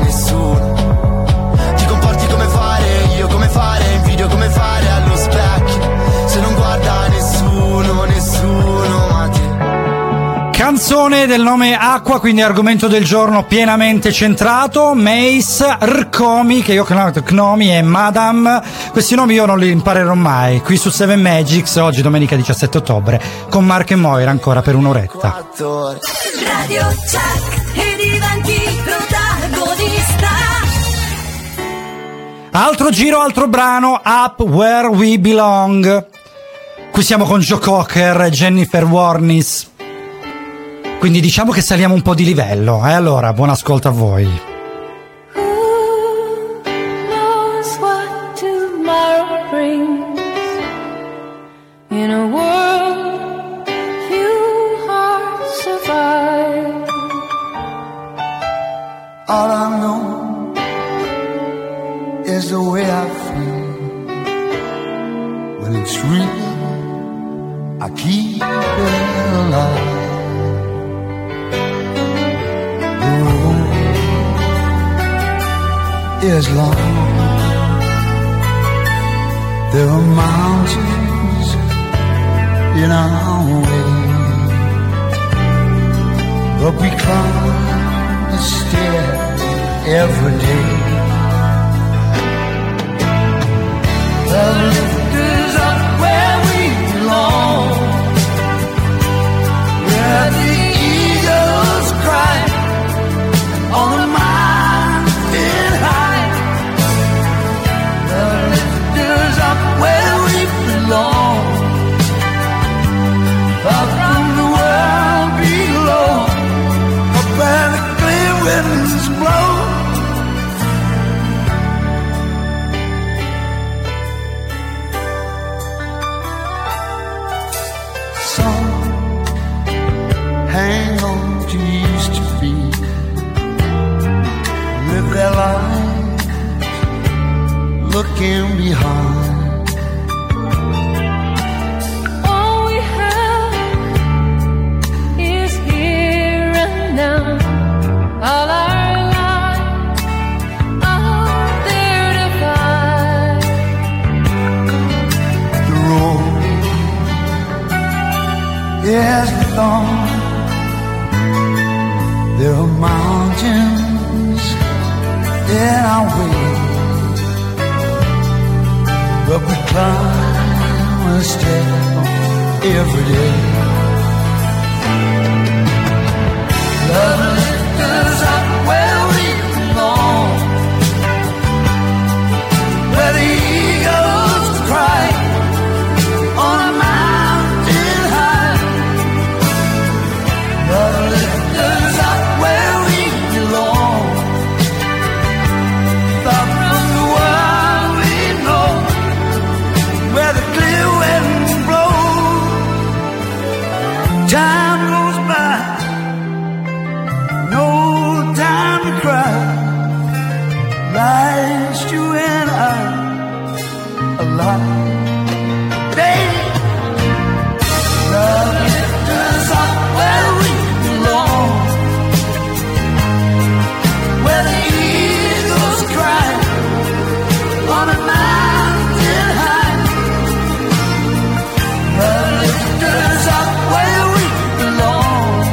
nessuno. Ti comporti come fare io, come fare in video, come fare allo specchio. Se non guarda nessuno, nessuno ma te. Canzone del nome Acqua, quindi argomento del giorno pienamente centrato. Mace, Rcomi, che io chiamo Cnomi, e Madame. Questi nomi io non li imparerò mai. Qui su Seven Magics, oggi domenica diciassette ottobre, con Mark e Moira ancora per un'oretta. Radio Chuck e diventi protagonista. Altro giro, altro brano, Up Where We Belong. Qui siamo con Joe Cocker e Jennifer Warnes. Quindi diciamo che saliamo un po' di livello. E eh? Allora, buon ascolto a voi. Knows what tomorrow brings in a world few hearts survive. All I know is the way I feel when it's real. I keep it alive. The road is long. There are mountains in our way, but we climb the stair every day. The lift is up where we belong, where the eagles cry on the mountain high. The lift is up where we belong, far from the world below, up where the clear winds blow. Hang on to used to be, live their lives looking behind. All we have is here and now. All our lives are there to find. The road is long. There are mountains in our way, but we climb a step every day. Love lifts us up where we belong, where the eagles cry on a mountain high. Love lifts us up where we belong, far from the world we know, where the clear winds blow. Time goes by, no time to cry. Last you and I alive. Baby, love lifts us up where we belong, where the eagles cry on a mountain high. Love lifts us up where we belong,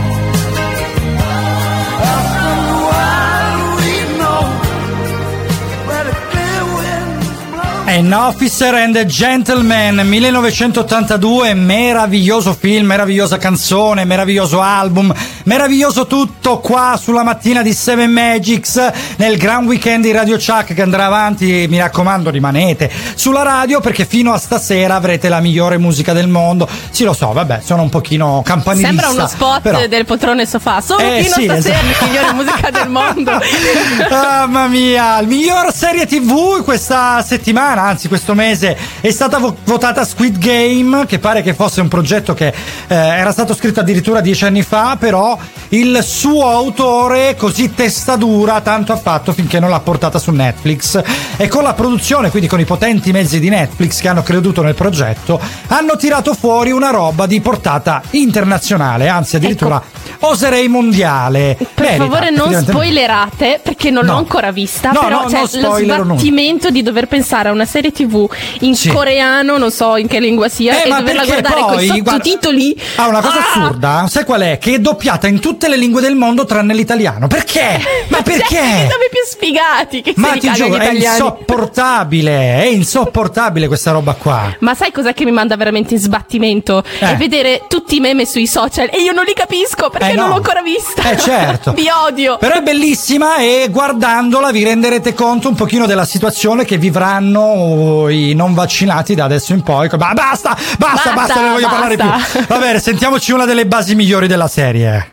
up from the wild we know, where the clear winds blow. An Officer and a Gentleman, millenovecentottantadue, meraviglioso film, meravigliosa canzone, meraviglioso album, meraviglioso tutto qua sulla mattina di Seven Magics nel gran weekend di Radio Chuck che andrà avanti. Mi raccomando, rimanete sulla radio perché fino a stasera avrete la migliore musica del mondo. Sì, lo so, vabbè, sono un pochino campanilista. Sembra uno spot però del poltrone sofà. Solo Eh, fino sì, a stasera esatto. la migliore musica del mondo. Mamma mia, il miglior serie tivù questa settimana, anzi questo mese, è stata vo- votata Squid Game, che pare che fosse un progetto che eh, era stato scritto addirittura dieci anni fa, però però il suo autore così testa dura tanto ha fatto finché non l'ha portata su Netflix, e con la produzione, quindi con i potenti mezzi di Netflix che hanno creduto nel progetto, hanno tirato fuori una roba di portata internazionale, anzi addirittura ecco. oserei mondiale. Per Merita, favore non spoilerate, perché non No. l'ho ancora vista, No, però no, c'è non lo spoilero sbattimento di dover pensare a una serie tivù in Sì. coreano, non so in che lingua sia, Eh, e ma doverla perché guardare con i poi, guarda- sottotitoli. Ah, una cosa Ah! assurda, sai qual è? Che è doppiata in tutte le lingue del mondo tranne l'italiano. Perché? Ma perché? Cioè, siamo più sfigati che Ma se ti li cagano giuro, gli è italiani. insopportabile, è insopportabile questa roba qua. Ma sai cos'è che mi manda veramente in sbattimento? Eh. È vedere tutti i meme sui social e io non li capisco perché Eh, no. non l'ho ancora vista. Eh, certo. Vi odio. Però è bellissima e guardandola vi renderete conto un pochino della situazione che vivranno i non vaccinati da adesso in poi. Ma basta, basta, basta, Basta, non voglio parlare basta. più. Va bene, sentiamoci una delle basi migliori della serie.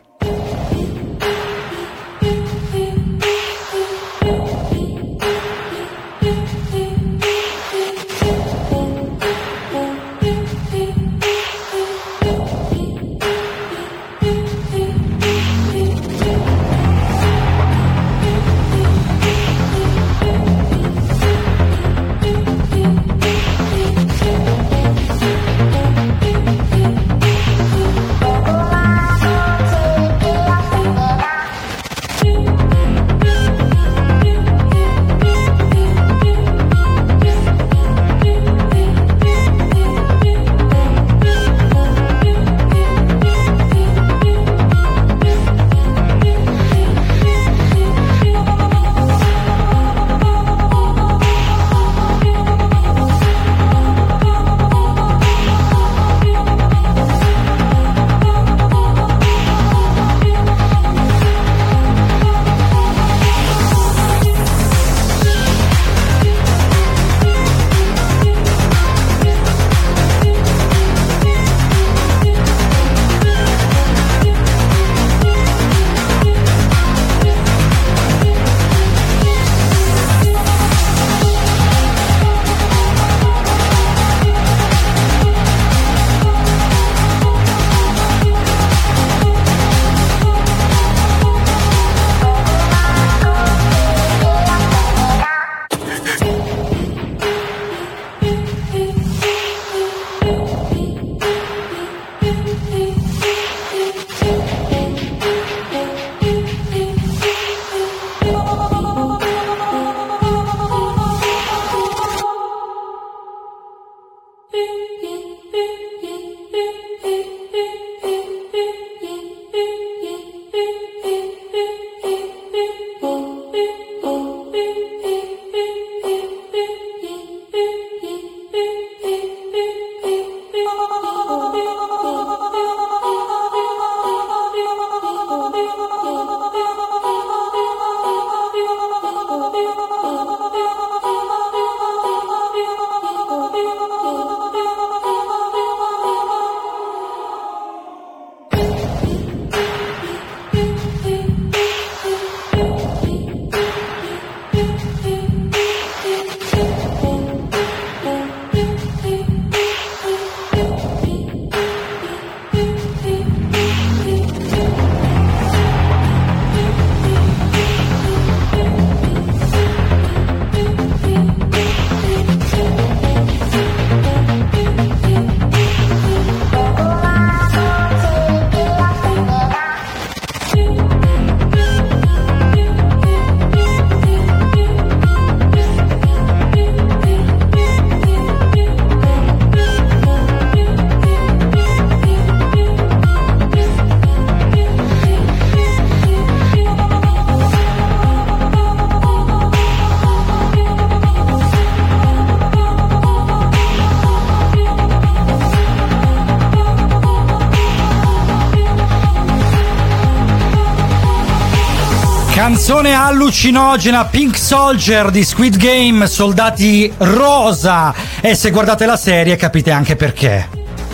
Canzone allucinogena, Pink Soldier di Squid Game, soldati rosa. E se guardate la serie capite anche perché.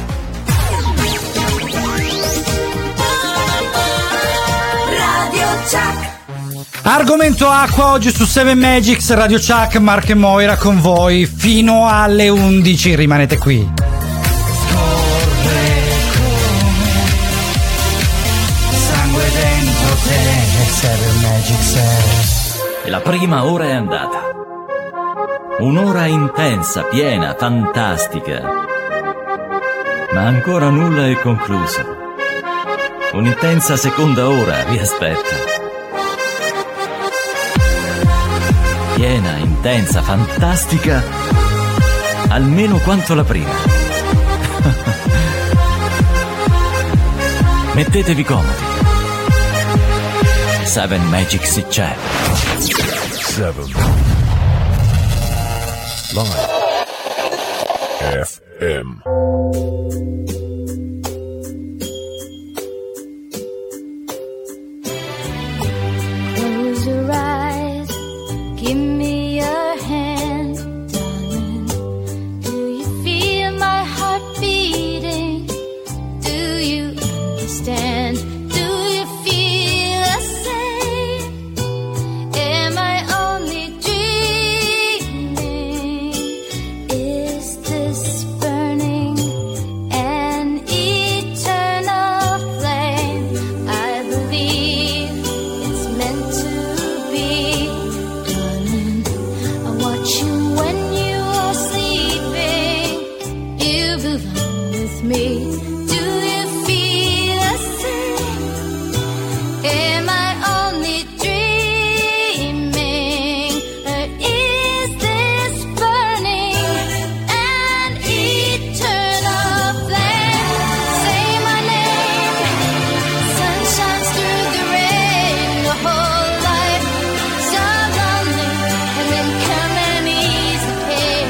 Radio Chuck. Argomento acqua oggi su Seven Magics, Radio Chuck, Mark e Moira con voi fino alle undici, rimanete qui. Sangue Seven Magic Seven. E la prima ora è andata. Un'ora intensa, piena, fantastica. Ma ancora nulla è concluso. Un'intensa seconda ora vi aspetta. Piena, intensa, fantastica, almeno quanto la prima. Mettetevi comodi. Seven Magic si c'è. Seven Live F M. Close your eyes, give me your hand, darling. Do you feel my heart beating? Do you understand? Do you feel the same? Am I only dreaming? Is this burning an eternal flame? I believe it's meant to be, darling. I watch you when you are sleeping. You belong with me. Do you feel the same? Am I only dreaming? Or is this burning an eternal flame? Say my name. Sun shines through the rain. The whole life so lonely, and then come and ease the pain.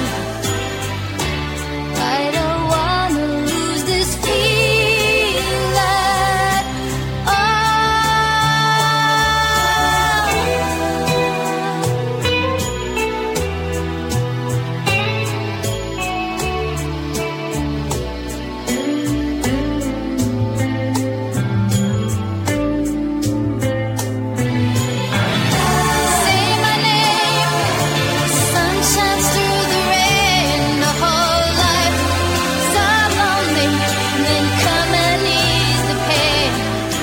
I don't wanna lose this feeling at Say my name. Sun shines through the rain. The whole life so lonely, and then come and ease the pain.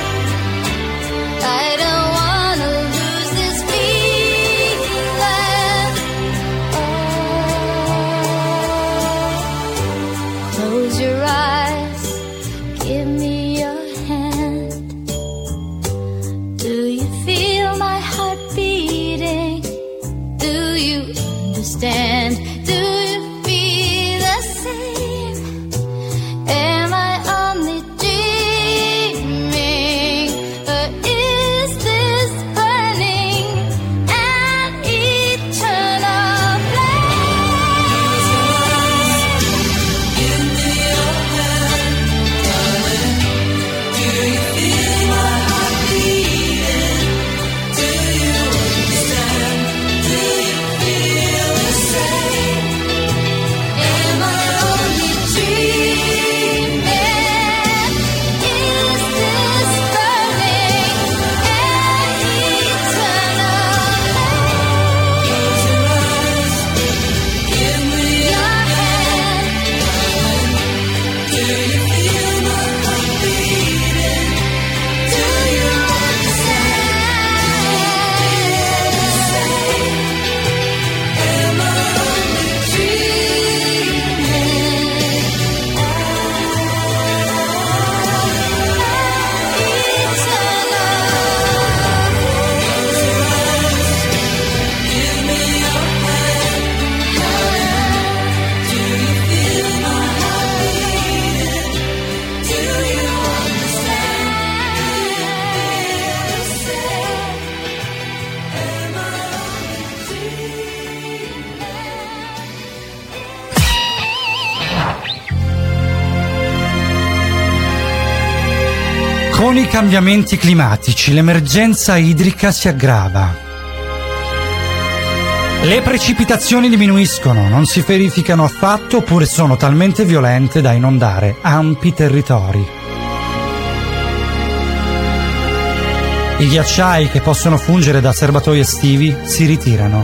I don't wanna lose this feeling at all. Close your eyes, give me your hand. Do you feel my heart beating? Do you understand? Do you feel the same? Am I only dreaming? Or is this burning an eternal flame? Give me your hand, darling. Do you feel my heart beating? Do you understand? Do you feel the same? Am I only dreaming? Is this burning an eternal flame? Give me your hand. Do you feel my heart beating? Do you understand? Am I only Con i cambiamenti climatici l'emergenza idrica si aggrava. Le precipitazioni diminuiscono, non si verificano affatto oppure sono talmente violente da inondare ampi territori. I ghiacciai che possono fungere da serbatoi estivi si ritirano.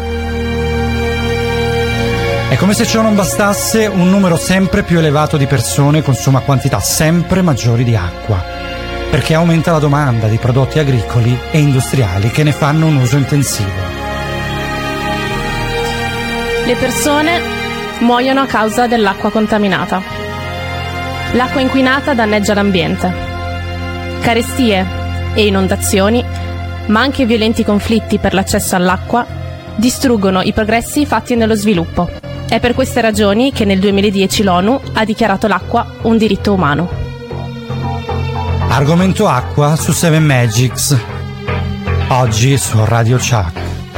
È come se ciò non bastasse, un numero sempre più elevato di persone consuma quantità sempre maggiori di acqua. perché aumenta la domanda di prodotti agricoli e industriali che ne fanno un uso intensivo. Le persone muoiono a causa dell'acqua contaminata. L'acqua inquinata danneggia l'ambiente. Carestie e inondazioni, ma anche violenti conflitti per l'accesso all'acqua, distruggono i progressi fatti nello sviluppo. È per queste ragioni che nel duemiladieci l'ONU ha dichiarato l'acqua un diritto umano. Argomento acqua su Seven Magics, oggi su Radio Chuck.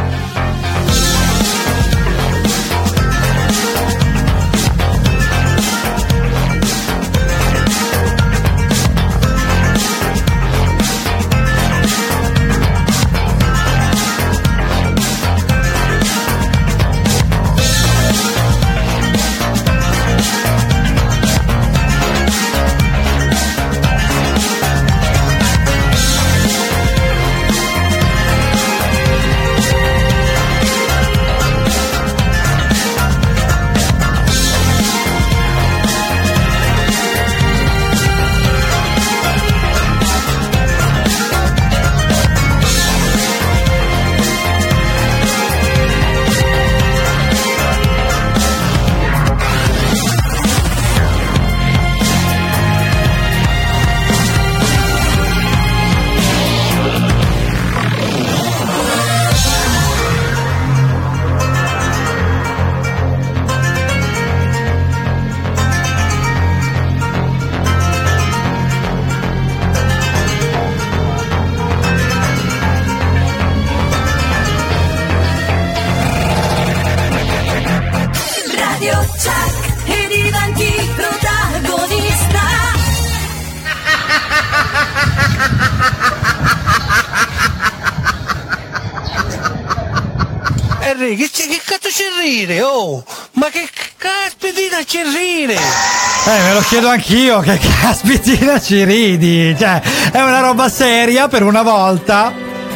Henry, che, che cazzo c'è rire? Oh, ma che caspitina c'è rire? Eh, me lo chiedo anch'io, che caspitina ci ridi? Cioè, è una roba seria per una volta.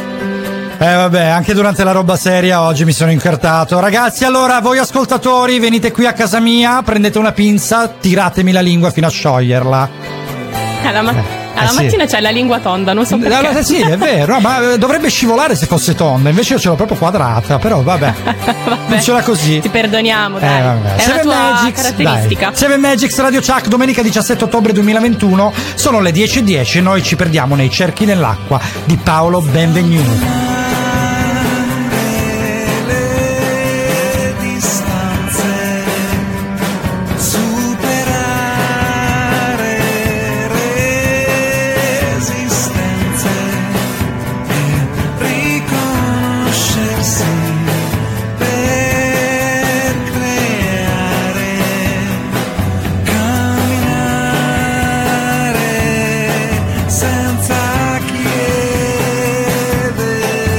Eh vabbè, anche durante la roba seria oggi mi sono incartato. Ragazzi, allora, voi ascoltatori, venite qui a casa mia, prendete una pinza, tiratemi la lingua fino a scioglierla. Alla, ma- Eh, alla sì. mattina c'è la lingua tonda, non so perché. Allora, sì, è vero, ma eh, dovrebbe scivolare se fosse tonda, invece io ce l'ho proprio quadrata, però vabbè, funziona così. Ti perdoniamo, dai. Eh, vabbè. È una Seven tua Magics, caratteristica. dai. Seven Magics Radio Chuck, domenica diciassette ottobre duemilaventuno, sono le dieci e dieci e noi ci perdiamo nei cerchi nell'acqua di Paolo Benvenuto. Senza chiedere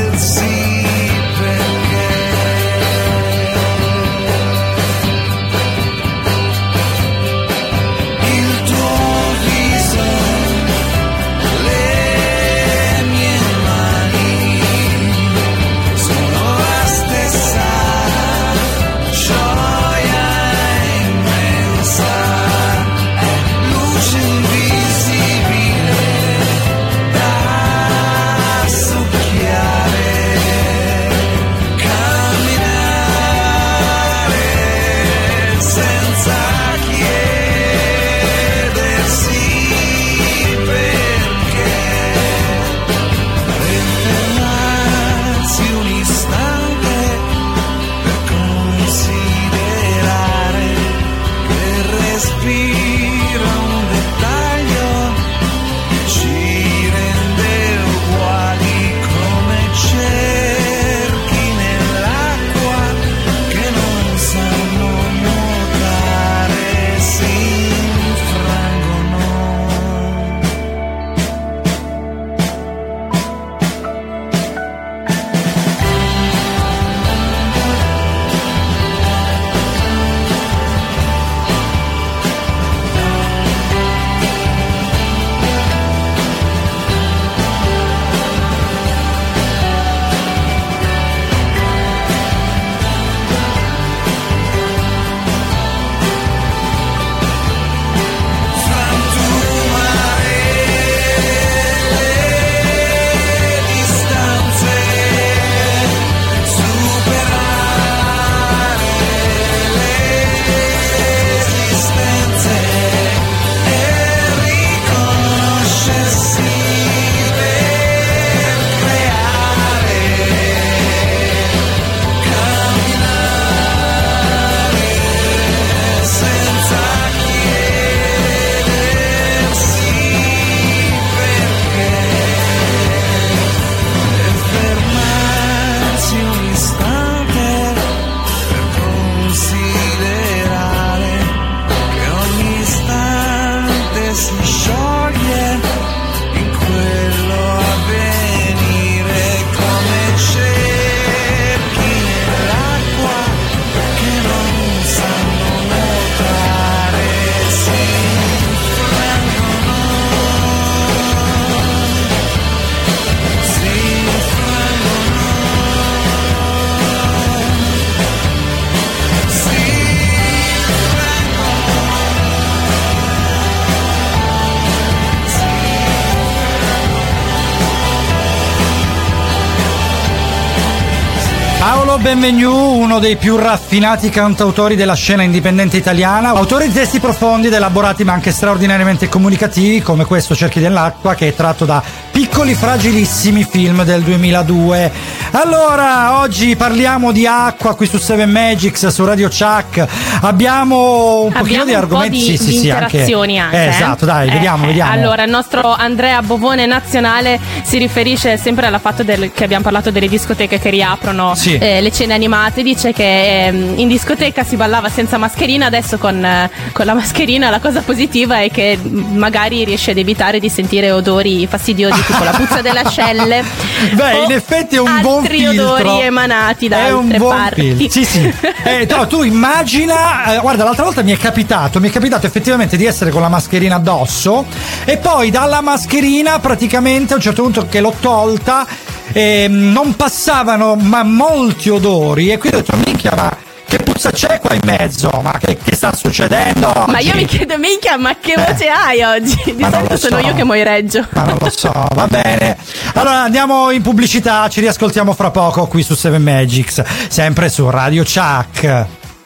Paolo Benvenu, uno dei più raffinati cantautori della scena indipendente italiana, autore di testi profondi ed elaborati ma anche straordinariamente comunicativi, come questo Cerchi dell'acqua, che è tratto da Piccoli fragilissimi film del duemiladue. Allora, oggi parliamo di acqua qui su Seven Magics, su Radio Chuck. Abbiamo un pochino Abbiamo di un argomenti, po' di, sì, di sì, sì, interazioni anche. anche. Eh, esatto, dai, Eh, vediamo, eh, vediamo. Allora, il nostro Andrea Bovone nazionale si riferisce sempre al fatto del, che abbiamo parlato delle discoteche che riaprono Sì. eh, le cene animate. Dice che ehm, in discoteca si ballava senza mascherina, adesso con, eh, con la mascherina la cosa positiva è che mm, magari riesce ad evitare di sentire odori fastidiosi tipo la puzza delle ascelle. Beh, o in effetti è un buon altri filtro. odori emanati da È un altre buon parti. filtro. Sì, sì. Eh, no, tu immagina, eh, guarda, l'altra volta mi è capitato, mi è capitato effettivamente di essere con la mascherina addosso e poi dalla mascherina praticamente a un certo punto che l'ho tolta eh, non passavano ma molti odori e quindi ho detto minchia, ma che puzza c'è qua in mezzo? Ma che, che sta succedendo oggi? Ma io mi chiedo, minchia, ma che Eh. voce hai oggi? Di Ma non solito lo sono so. io che moireggio. Ma non lo so, va bene. Allora andiamo in pubblicità, ci riascoltiamo fra poco qui su Seven Magics, sempre su Radio Chuck. La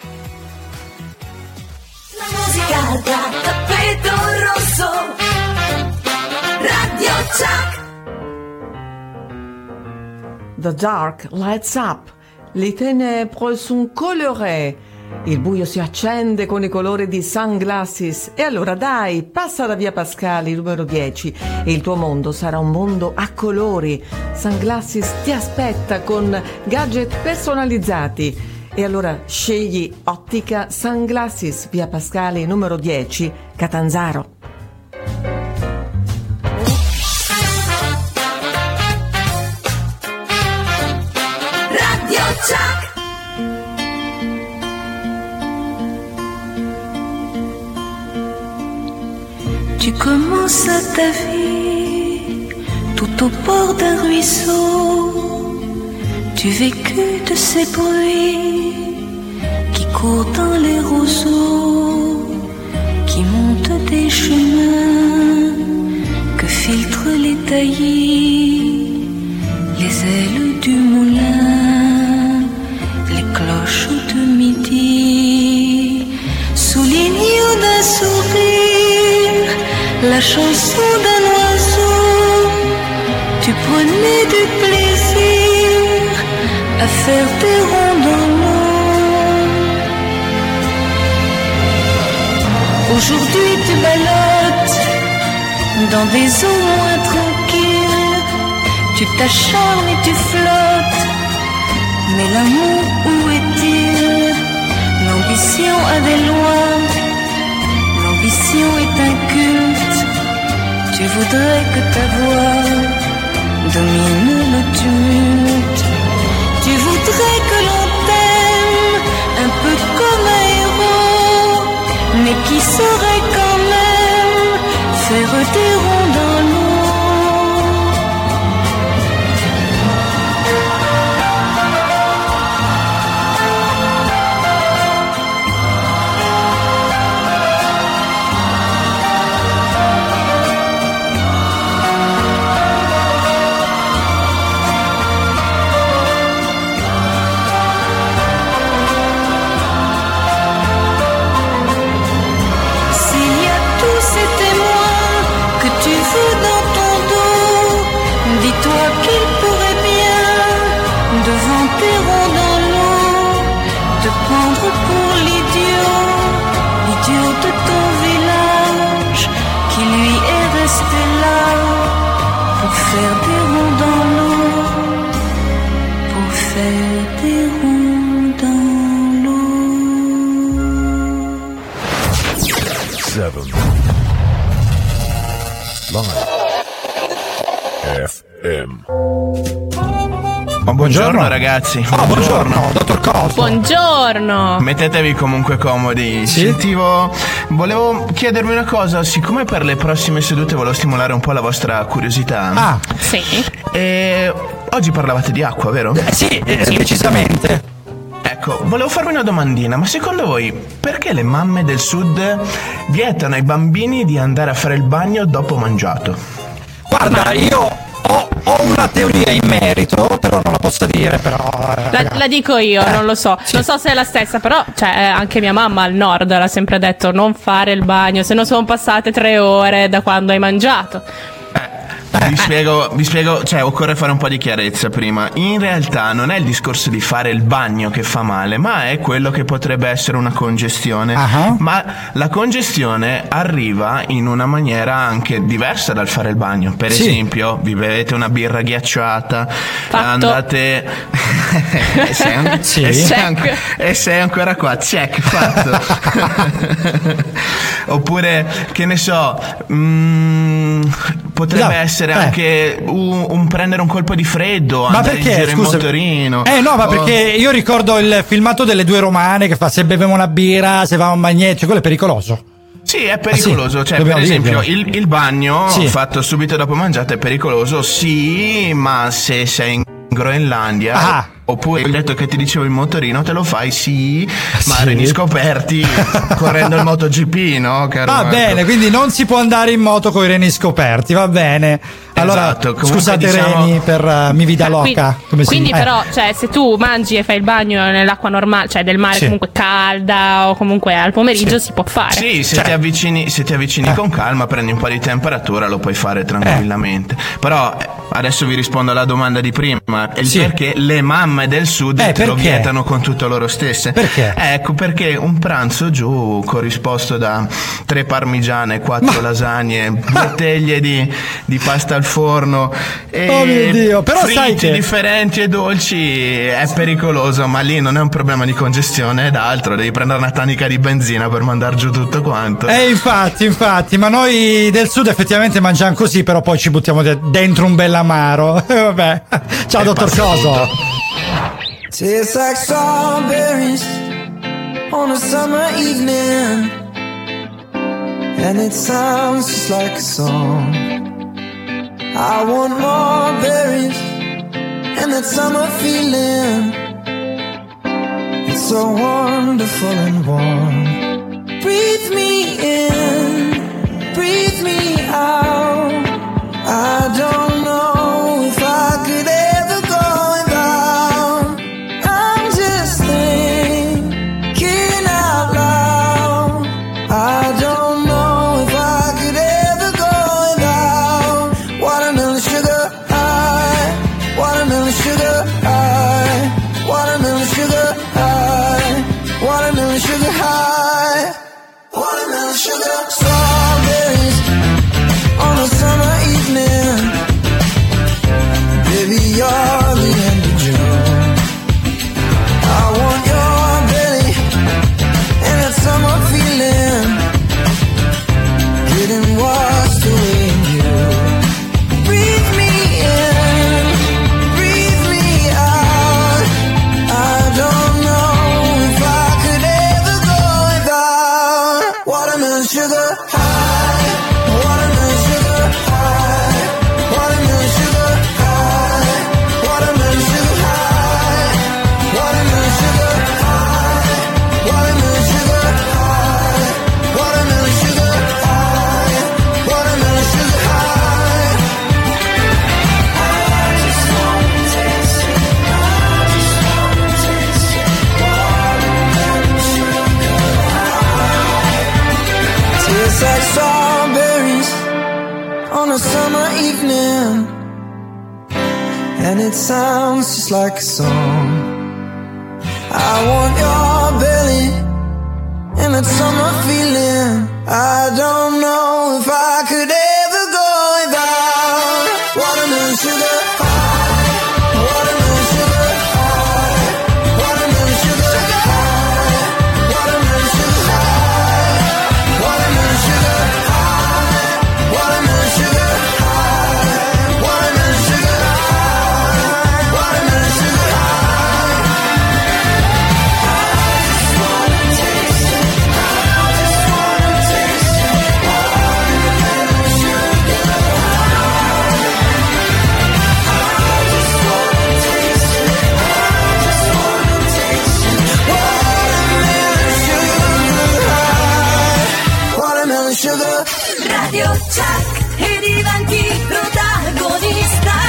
musica da tappeto rosso. Radio Chuck. The dark lights up. Le ténèbres sont colorées. Il buio si accende con i colori di Sunglasses. E allora dai, passa da via Pascali numero dieci e il tuo mondo sarà un mondo a colori. Sunglasses ti aspetta con gadget personalizzati. E allora scegli Ottica Sunglasses, via Pascali numero dieci, Catanzaro. Radio Chuck. Tu commences ta vie tout au bord d'un ruisseau. Tu vécus de ces bruits qui courent dans les roseaux, qui montent des chemins que filtrent les taillis, les ailes du moulin, les cloches de midi, soulignent d'un sourire la chanson d'un oiseau. Tu prenais du plaisir à faire des ronds dans l'eau. Aujourd'hui tu ballottes dans des eaux moins tranquilles. Tu t'acharnes et tu flottes, mais l'amour où est-il? L'ambition a des lois, l'ambition est un culte. Tu voudrais que ta voix domine le tumulte. Tu voudrais que l'on t'aime un peu comme un héros, mais qui saurait quand même faire des ronds dans l'eau. Faire des ronds dans l'eau, pour faire des ronds dans l'eau. Seven. Live. F M. Ma buongiorno ragazzi. Oh, buongiorno, dottor Coso. Buongiorno. Mettetevi comunque comodi. Sì? Sentivo. Volevo chiedervi una cosa. Siccome per le prossime sedute volevo stimolare un po' la vostra curiosità. Ah, sì. E oggi parlavate di acqua, vero? Eh, sì, eh, decisamente. Ecco, volevo farvi una domandina. Ma secondo voi perché le mamme del sud vietano ai bambini di andare a fare il bagno dopo mangiato? Guarda, io ho, ho una teoria in merito, però non la posso dire, però eh, La, la dico io, Eh, non lo so. sì. Non so se è la stessa, però cioè, eh, anche mia mamma al nord l'ha sempre detto: non fare il bagno se non sono passate tre ore da quando hai mangiato. Vi spiego, vi spiego, cioè occorre fare un po' di chiarezza prima. In realtà non è il discorso di fare il bagno che fa male, ma è quello che potrebbe essere una congestione. Ah. Ma la congestione arriva in una maniera anche diversa dal fare il bagno. Per Sì. esempio, vi bevete una birra ghiacciata, Fatto. andate e sei, an- Sì. e sei Check. anco- e sei ancora qua, check, fatto. Oppure, che ne so, mm, potrebbe No, essere eh. anche un, un prendere un colpo di freddo, Ma andare in perché, giro in scusa? motorino. Eh no, ma Oh. perché io ricordo il filmato delle due romane che fa se beviamo una birra, se va a un bagnetto, quello è pericoloso. Sì, è pericoloso. Ah, sì, Cioè, per dobbiamo esempio, dirglielo. il, il bagno Sì. fatto subito dopo mangiato è pericoloso, sì, ma se sei in Groenlandia. Ah. Oppure il detto che ti dicevo il motorino te lo fai, sì, ma Sì. a reni scoperti correndo il MotoGP, no? Caro Va Marco? bene, quindi non si può andare in moto con i reni scoperti, va bene. Allora, Esatto, comunque scusate diciamo- Reni per uh, mi vida Quindi, loca. Come si quindi dice? però, cioè, se tu mangi e fai il bagno nell'acqua normale, cioè del mare Sì. comunque calda o comunque al pomeriggio, si può fare. Sì, se Cioè- ti avvicini, se ti avvicini Eh. con calma, prendi un po' di temperatura, lo puoi fare tranquillamente. Però eh, adesso vi rispondo alla domanda di prima. Il Sì. perché le mamme del sud Eh, te lo perché? vietano con tutto loro stesse. Perché? Ecco, perché un pranzo giù corrisposto da tre parmigiane, quattro lasagne, due teglie di, di pasta al forno e Oh mio Dio, però fritti sai che- differenti e dolci è pericoloso, ma lì non è un problema di congestione, è d'altro, devi prendere una tanica di benzina per mandar giù tutto quanto. Eh, infatti, infatti, ma noi del sud effettivamente mangiamo così, però poi ci buttiamo de- dentro un bell'amaro. Eh, vabbè. Ciao, Eh, dottor passa Coso. tutto. Tastes like strawberries on a summer evening, and it sounds just like a song. I want more berries and that summer feeling. It's so wonderful and warm. Breathe me in, breathe me out. I don't know if I could ever go without. I'm just thinking out loud. I don't know if I could ever go without. Watermelon sugar high, watermelon sugar high, watermelon sugar high, watermelon sugar high, watermelon sugar. Strawberries on a summer evening. Baby, you're the end of June. I want your belly and that summer feeling, getting washed away in you. Breathe me in, breathe me out. I don't know if I could ever go without. Watermelon sugar high, watermelon sugar high, watermelon sugar high, watermelon sugar high, watermelon sugar high, watermelon sugar high, watermelon sugar high, watermelon sugar high. I just wanna taste it, I just wanna taste it, watermelon sugar high. Tastes like strawberries on a summer evening, and it sounds just like a song. I want your belly and that summer feeling. I don't know if I could ever go without. Watermelon sugar high, watermelon sugar high, watermelon sugar high, watermelon sugar high, watermelon sugar high, watermelon sugar high, watermelon sugar high, watermelon sugar high. I just wanna taste it, I just wanna taste it, watermelon sugar high. I just wanna taste it, I just wanna taste it, watermelon sugar high, watermelon sugar. Radio Chuck e diventi protagonista.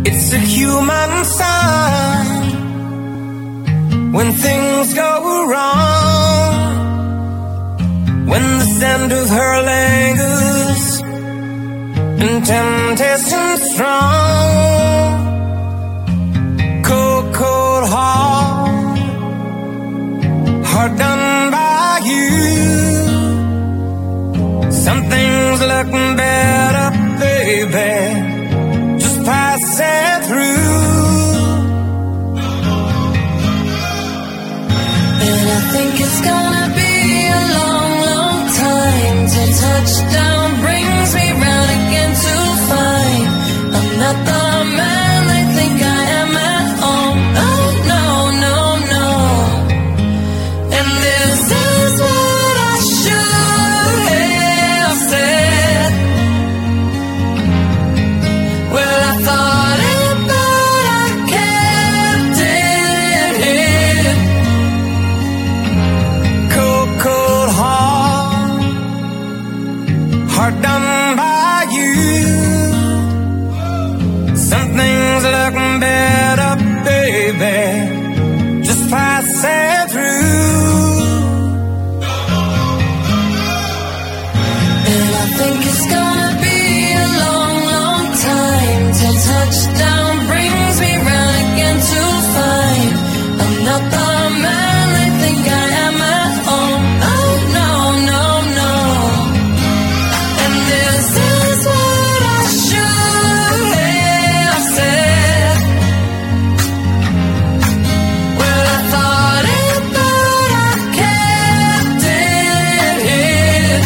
It's a human sign when things go wrong, when the scent of her lingers and temptation strong. Cold, cold heart, heart done by you. Something's looking better, baby, just passing through. And I think it's gonna be a long, long time till touchdown brings me round again to find I'm not the man they think I am at home. Oh no, no, no. And this is what I should have said. Well, I thought it, but I kept it hid. Cold, cold heart, heart done by you. Something's looking better, baby, just passing through. And I think it's gonna be a long, long time till touchdown brings me round again to find I'm not the man they think I am at home. Oh no, no, no. And this is what I should have said. Well, I thought it, but I kept it hid.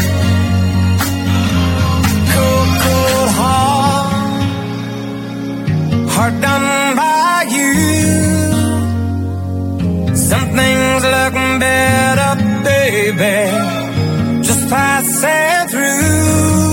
Cold, cold heart, heart done by you. Something's looking better, baby, just passing through.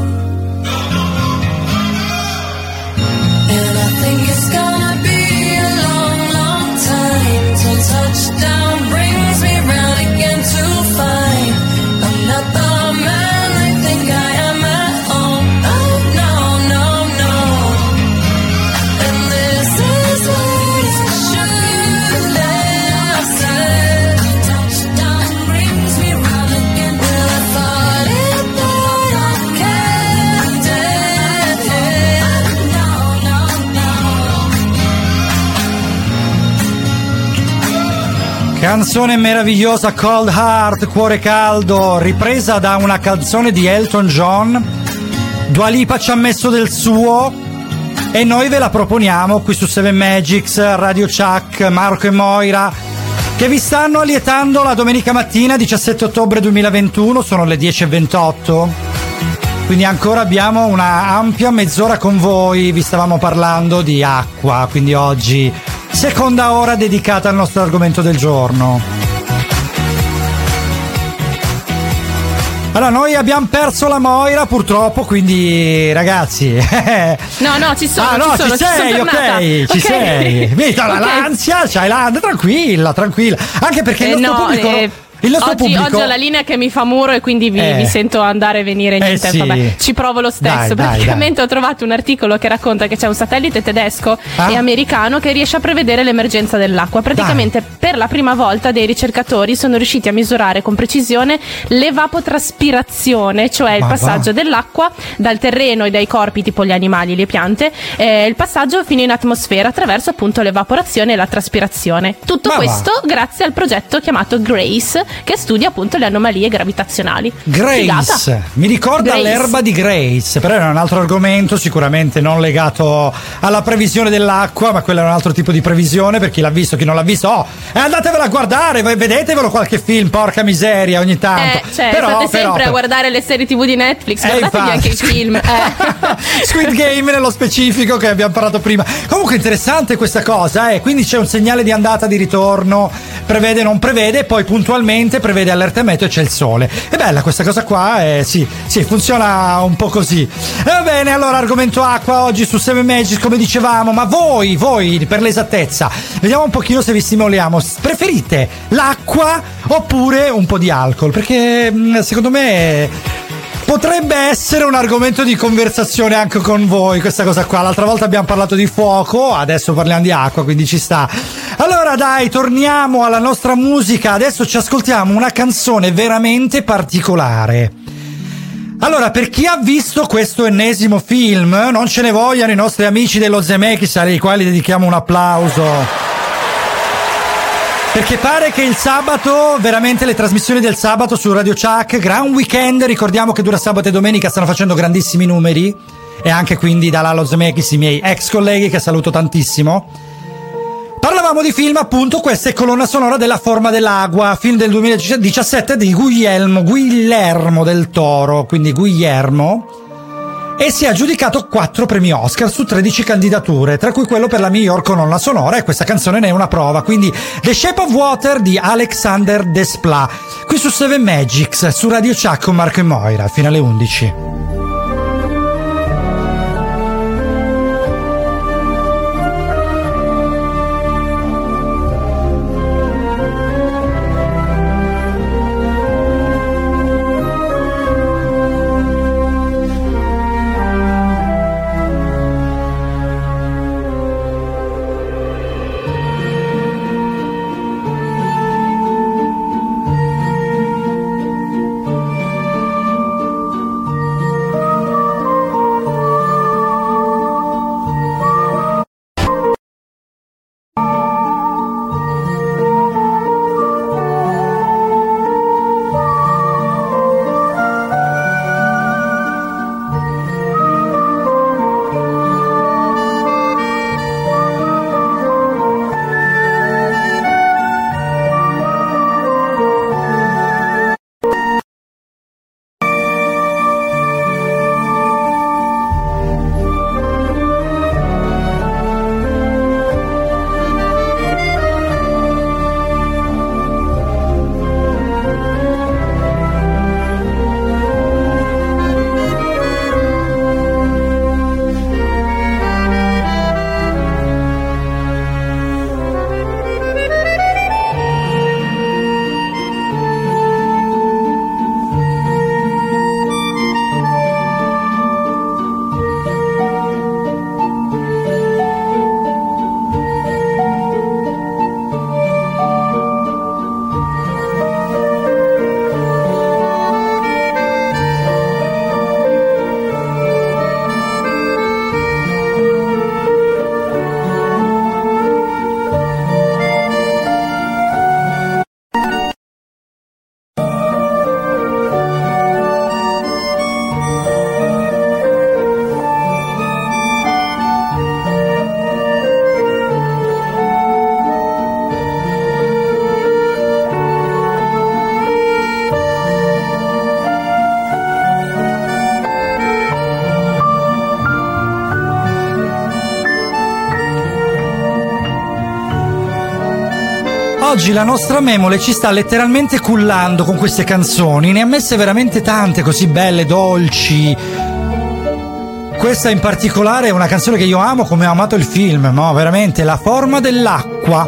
And I think it's gonna be a long, long time till touchdown brings me round again to find I'm not the man they think I am at home. Oh no, no, no. And this is what I should have said. Touchdown brings me round again. Well, I thought it, but I kept it hid. No, no, no. Canzone meravigliosa, Cold Heart, cuore caldo, ripresa da una canzone di Elton John. Dua Lipa ci ha messo del suo e noi ve la proponiamo qui su Seven Magics, Radio Chuck, Marco e Moira, che vi stanno allietando la domenica mattina diciassette ottobre duemilaventuno, sono le dieci e ventotto. Quindi ancora abbiamo una ampia mezz'ora con voi, vi stavamo parlando di acqua, quindi oggi seconda ora dedicata al nostro argomento del giorno. Allora, noi abbiamo perso la Moira purtroppo, quindi ragazzi. No, no, ci sono. Ah, no, ci, sono, ci sei, ci sono tornata. ok, ci Ok. sei. Vedi, Ok. l'ansia, c'hai l'ansia, tranquilla, tranquilla. Anche perché il Eh, nostro no, pubblico. eh, il nostro oggi, pubblico. oggi ho la linea che mi fa muro e quindi vi, Eh. vi sento andare e venire. Eh, Niente, sì. vabbè, ci provo lo stesso. Dai, dai, Praticamente ho trovato un articolo che racconta che c'è un satellite tedesco Ah. e americano che riesce a prevedere l'emergenza dell'acqua. Praticamente per la prima volta dei ricercatori sono riusciti a misurare con precisione l'evapotraspirazione, cioè il Ma passaggio va. dell'acqua dal terreno e dai corpi tipo gli animali, le piante, eh, il passaggio fino in atmosfera attraverso appunto l'evaporazione e la traspirazione. Tutto Ma va. questo grazie al progetto chiamato GRACE, che studia appunto le anomalie gravitazionali. Grace, Figata. mi ricorda Grace. l'erba di Grace, però era un altro argomento sicuramente non legato alla previsione dell'acqua, ma quello è un altro tipo di previsione per chi l'ha visto, chi non l'ha visto. Oh, e andatevelo a guardare, voi vedetevelo qualche film, porca miseria, ogni tanto. Eh, cioè, però, state però, sempre però- a guardare le serie tivù di Netflix, Eh, guardatevi infatti. anche i film. Eh. Squid Game nello specifico che abbiamo parlato prima. Comunque interessante questa cosa, eh? Quindi c'è un segnale di andata, di ritorno, prevede, non prevede, e poi puntualmente prevede allerta meteo e c'è il sole. È bella questa cosa qua, eh, sì, sì, funziona un po' così. E va bene, allora argomento acqua oggi su Seven Magic, come dicevamo, ma voi, voi per l'esattezza, vediamo un pochino se vi stimoliamo. Preferite l'acqua oppure un po' di alcol? Perché mh, secondo me potrebbe essere un argomento di conversazione anche con voi questa cosa qua. L'altra volta abbiamo parlato di fuoco, adesso parliamo di acqua, quindi ci sta. Allora dai, torniamo alla nostra musica. Adesso ci ascoltiamo una canzone veramente particolare. Allora, per chi ha visto questo ennesimo film, non ce ne vogliano i nostri amici dello Zemeckis, ai quali dedichiamo un applauso. Perché pare che il sabato, veramente le trasmissioni del sabato su Radio Chuck, gran weekend, ricordiamo che dura sabato e domenica, stanno facendo grandissimi numeri, e anche quindi da Lalo Zemeckis, i miei ex colleghi che saluto tantissimo. Parlavamo di film, appunto, questa è colonna sonora della Forma dell'Agua, film del duemiladiciassette di Guillermo, Guillermo del Toro, quindi Guillermo, e si è aggiudicato quattro premi Oscar su tredici candidature, tra cui quello per la miglior colonna sonora, e questa canzone ne è una prova. Quindi The Shape of Water di Alexander Desplat, qui su Seven Magics, su Radio Chuck con Marco e Moira, fino alle undici. Oggi la nostra Memole ci sta letteralmente cullando con queste canzoni, ne ha messe veramente tante così belle, dolci. Questa in particolare è una canzone che io amo come ho amato il film, no? Veramente, La Forma dell'Acqua.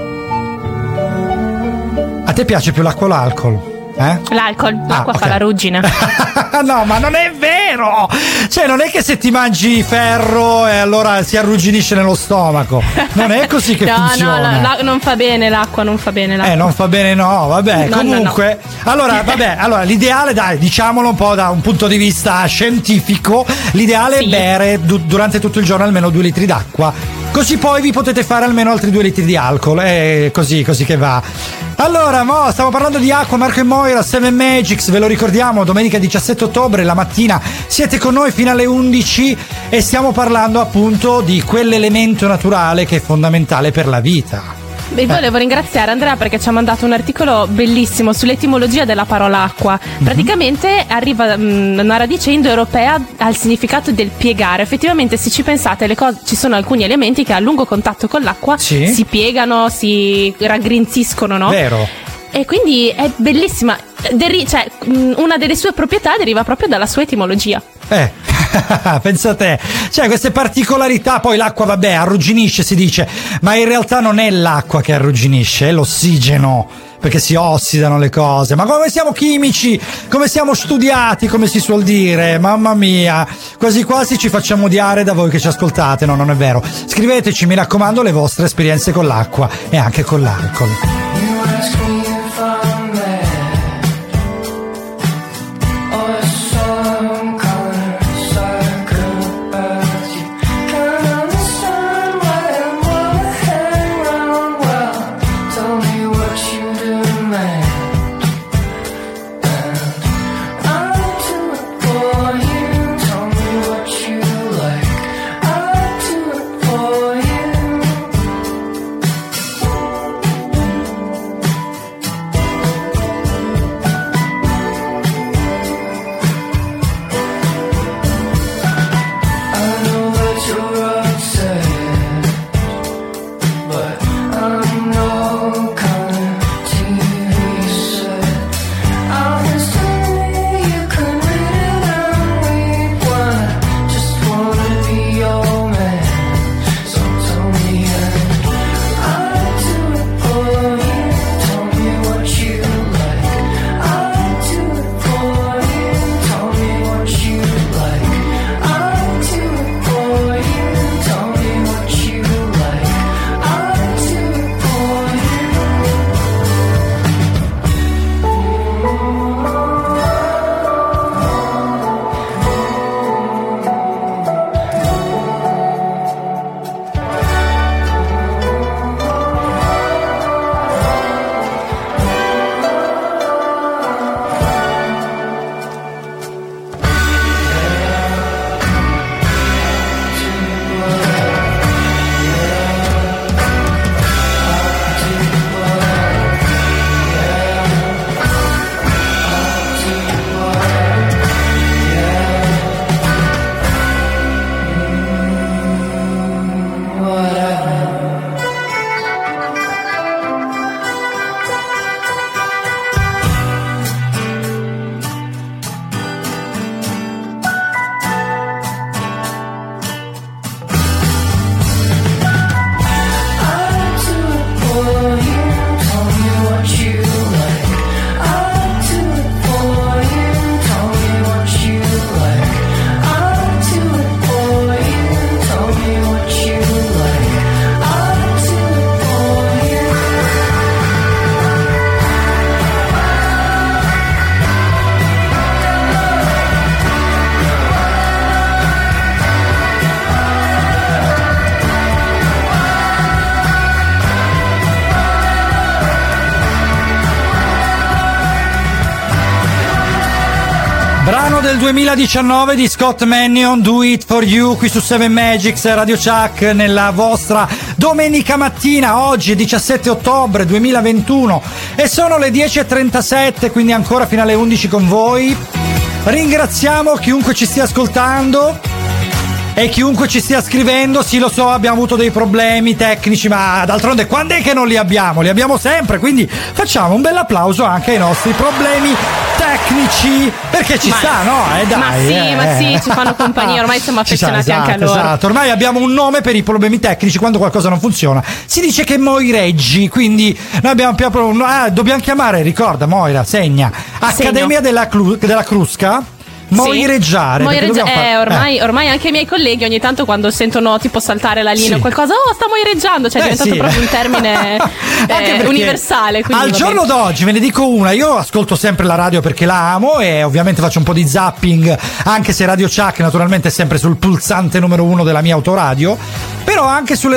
A te piace più l'acqua o l'alcol? Eh? L'alcol, l'acqua Ah, fa ok. la ruggine. No, ma non è vero! Cioè, non è che se ti mangi ferro e allora si arrugginisce nello stomaco. Non è così che no, funziona. No, la- la- non fa bene l'acqua, non fa bene l'acqua. Eh, non fa bene, no, vabbè, No, comunque. Allora, vabbè, allora, l'ideale, dai, diciamolo un po' da un punto di vista scientifico, l'ideale Sì. è bere du- durante tutto il giorno almeno due litri d'acqua. Così poi vi potete fare almeno altri due litri di alcol. È così, così che va. Allora, mo, stiamo parlando di acqua, Marco e Moira, Seven Magics, ve lo ricordiamo, domenica diciassette ottobre, la mattina siete con noi fino alle undici e stiamo parlando appunto di quell'elemento naturale che è fondamentale per la vita. Beh, volevo ringraziare Andrea perché ci ha mandato un articolo bellissimo sull'etimologia della parola acqua. Praticamente arriva mh, una radice indoeuropea al significato del piegare. Effettivamente, se ci pensate, le cose, ci sono alcuni elementi che a lungo contatto con l'acqua Sì. si piegano, si raggrinziscono, no? Vero. E quindi è bellissima. Deri- cioè, mh, una delle sue proprietà deriva proprio dalla sua etimologia. Eh, Pensa a te, cioè queste particolarità. Poi l'acqua, vabbè, arrugginisce, si dice, ma in realtà non è l'acqua che arrugginisce, è l'ossigeno, perché si ossidano le cose. Ma come siamo chimici, come siamo studiati, come si suol dire, mamma mia, quasi quasi ci facciamo odiare da voi che ci ascoltate. No, non è vero. Scriveteci, mi raccomando, le vostre esperienze con l'acqua e anche con l'alcol. Brano del duemiladiciannove di Scott Mannion, Do It For You, qui su Seven Magics, Radio Chuck, nella vostra domenica mattina. Oggi è diciassette ottobre duemilaventuno e sono le dieci e trentasette, quindi ancora fino alle undici con voi. Ringraziamo chiunque ci stia ascoltando e chiunque ci stia scrivendo. Sì, lo so, abbiamo avuto dei problemi tecnici, ma d'altronde quando è che non li abbiamo? Li abbiamo sempre, quindi facciamo un bel applauso anche ai nostri problemi tecnici, perché ci ma, sta, no? Eh, dai, ma sì, eh. ma sì, ci fanno compagnia, ormai siamo Ci sa, affezionati esatto, anche a loro. Esatto, ormai abbiamo un nome per i problemi tecnici quando qualcosa non funziona. Si dice che Moireggi, quindi noi abbiamo proprio un... ah, dobbiamo chiamare, ricorda Moira, segna, Accademia della, Clu... della Crusca. Moireggiare, Moireggia- fare... eh, ormai, eh. ormai anche i miei colleghi ogni tanto quando sentono tipo saltare la linea o Sì. qualcosa, oh sta moireggiando, cioè è Eh, diventato sì. proprio un termine Anche eh, perché universale. quindi al va giorno bene. d'oggi ve ne dico una, io ascolto sempre la radio perché la amo e ovviamente faccio un po' di zapping, anche se Radio Chuck naturalmente è sempre sul pulsante numero uno della mia autoradio, però anche sulle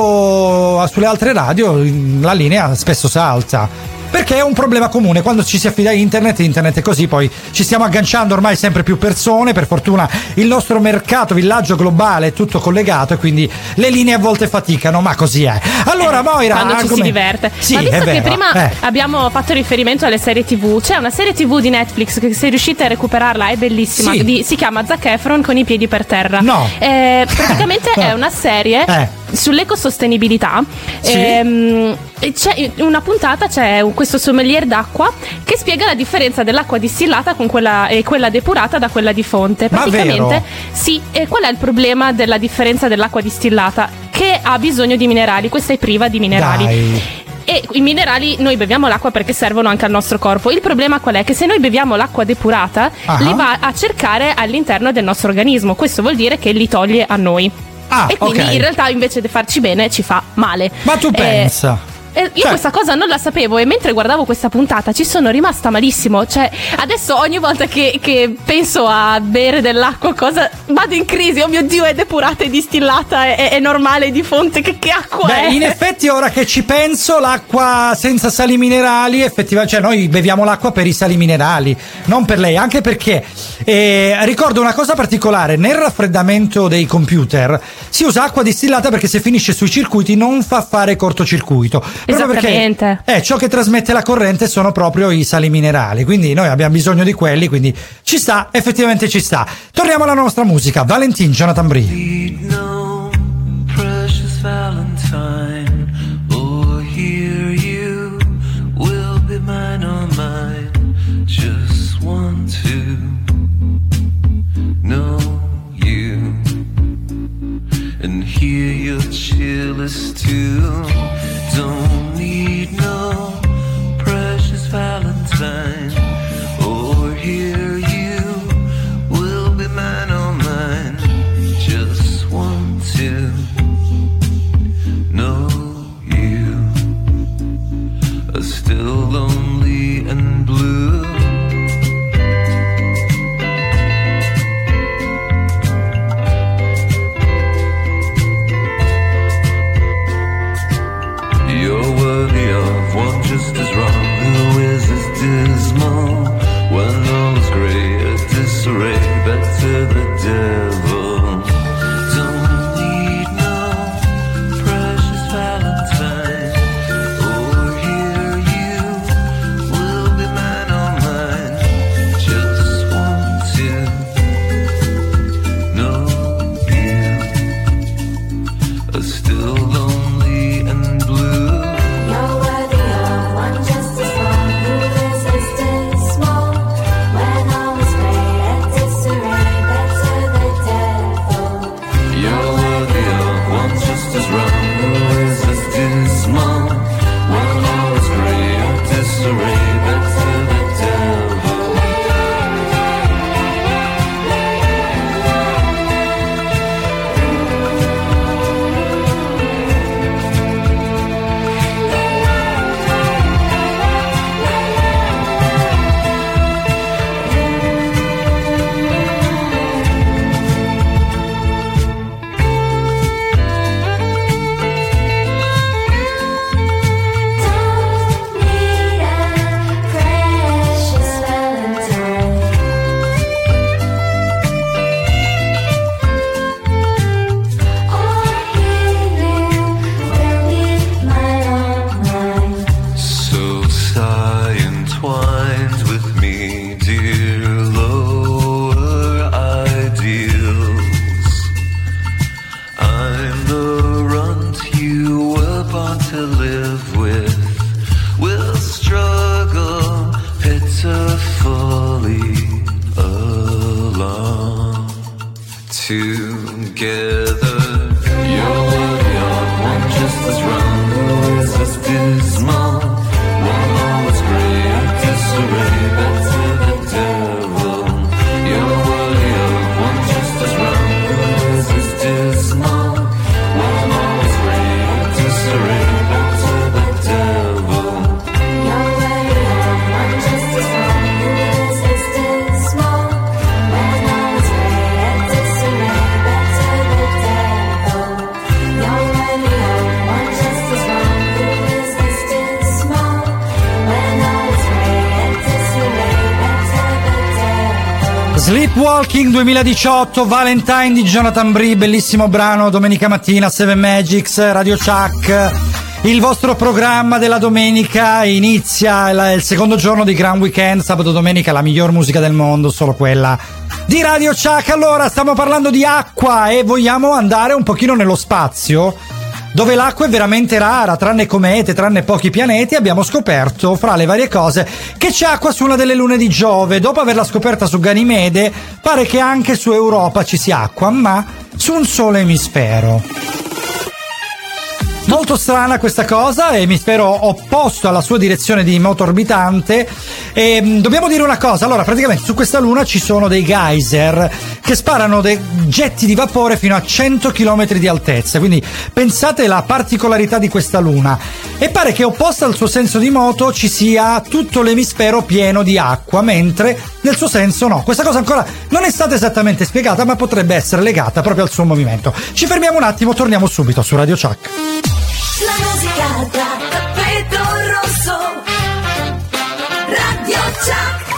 radio, sulle altre radio la linea spesso salta. Perché è un problema comune, quando ci si affida a internet, internet è così, poi ci stiamo agganciando ormai sempre più persone, per fortuna il nostro mercato, villaggio globale è tutto collegato e quindi le linee a volte faticano, ma così è. Allora Moira... Quando ci come- si diverte. Sì, Ma visto è che vero, prima eh. abbiamo fatto riferimento alle serie tivù, c'è una serie tivù di Netflix che se riuscite a recuperarla è bellissima, Sì. di- si chiama Zac Efron con i piedi per terra. No. Eh, praticamente è una serie Eh. sull'ecosostenibilità. Sì. Ehm, c'è una puntata, c'è un- questo sommelier d'acqua che spiega la differenza dell'acqua distillata con quella e quella depurata da quella di fonte. Ma Praticamente, vero? sì. E qual è il problema della differenza dell'acqua distillata? Che ha bisogno di minerali, questa è priva di minerali. Dai. E i minerali, noi beviamo l'acqua perché servono anche al nostro corpo. Il problema qual è? Che se noi beviamo l'acqua depurata, Ah. li va a cercare all'interno del nostro organismo. Questo vuol dire che li toglie a noi. Ah, e quindi ok. in realtà invece di farci bene ci fa male. Ma tu Eh, pensa? eh, io Cioè- questa cosa non la sapevo e mentre guardavo questa puntata ci sono rimasta malissimo. Cioè, adesso ogni volta che, che penso a bere dell'acqua, cosa vado in crisi. Oh mio Dio, è depurata, è distillata, è, è normale, di fonte. Che, che acqua Beh, è? in effetti ora che ci penso, l'acqua senza sali minerali, effettivamente, cioè noi beviamo l'acqua per i sali minerali, non per lei, anche perché eh, ricordo una cosa particolare, nel raffreddamento dei computer si usa acqua distillata perché se finisce sui circuiti non fa fare cortocircuito. Proprio perché, Esattamente. eh, ciò che trasmette la corrente sono proprio i sali minerali, quindi noi abbiamo bisogno di quelli, quindi ci sta, effettivamente ci sta. Torniamo alla nostra musica, Valentin, Jonathan Bree. No, precious Valentine, oh, here you will be mine, oh mine. Just want to know you and hear your chillest tune. Don't need no precious Valentine, or here you will be mine, oh mine. Just want to know you are still lonely and blue. You're worthy of one just as wrong. Who is as dismal when all is grey, a disarray? Better the devil. Don't need no precious Valentine, or here you will be mine, oh mine. Just want to know you are still lonely and blue. You're worthy of one just as wrong. Who is as dismal when all is grey and disarray? Better the devil. You're worthy of one just as wrong. Who is as dismal when all is grey or disarray? Better the devil. Don't need a precious Valentine. Or here you will be mine, oh mine. So sigh entwined with me, dear lower ideals. I'm the runt you were born to live with. We'll struggle pitifully along together. You're worthy of one just as wrong. Who is as dismal when all is grey or disarray? Better the devil. You're worthy of one just as wrong. Who is as dismal when all is grey or disarray? Better the devil. You're worthy of one just as wrong. Who is as dismal when all is grey and disarray? Better the devil. You're worthy of one just as wrong. Who is as dismal when all is grey and disarray? Better the devil. Sleepwalking duemiladiciotto, Valentine di Jonathan Bree, bellissimo brano, domenica mattina, Seven Magics, Radio Chuck. Il vostro programma della domenica inizia il, il secondo giorno di Gran Weekend, sabato domenica, la miglior musica del mondo, solo quella di Radio Chuck. Allora, stiamo parlando di acqua e vogliamo andare un pochino nello spazio. dove l'acqua è veramente rara, tranne comete, tranne pochi pianeti. Abbiamo scoperto, fra le varie cose, che c'è acqua su una delle lune di Giove. Dopo averla scoperta su Ganimede, pare che anche su Europa ci sia acqua, ma su un solo emisfero. Molto strana questa cosa, emisfero opposto alla sua direzione di moto orbitante. E mh, dobbiamo dire una cosa, allora praticamente su questa luna ci sono dei geyser che sparano dei getti di vapore fino a cento chilometri di altezza, quindi pensate la particolarità di questa luna. E pare che opposta al suo senso di moto ci sia tutto l'emisfero pieno di acqua, mentre nel suo senso no. Questa cosa ancora non è stata esattamente spiegata, ma potrebbe essere legata proprio al suo movimento. Ci fermiamo un attimo, torniamo subito su Radio Chuck. La musica da tappeto rosso. Radio Chuck.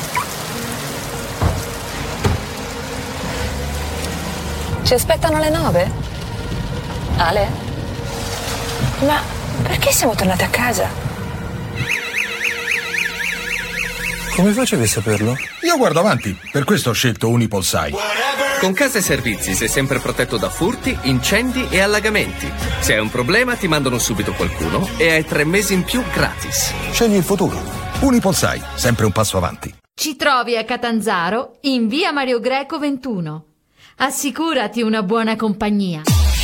Ci aspettano alle nove? Ale? Ma perché siamo tornati a casa? Come facevi a saperlo? Io guardo avanti, per questo ho scelto Unipolsai. Con Casa e Servizi sei sempre protetto da furti, incendi e allagamenti. Se hai un problema ti mandano subito qualcuno e hai tre mesi in più gratis. Scegli il futuro. Unipolsai, sempre un passo avanti. Ci trovi a Catanzaro in via Mario Greco ventuno. Assicurati una buona compagnia.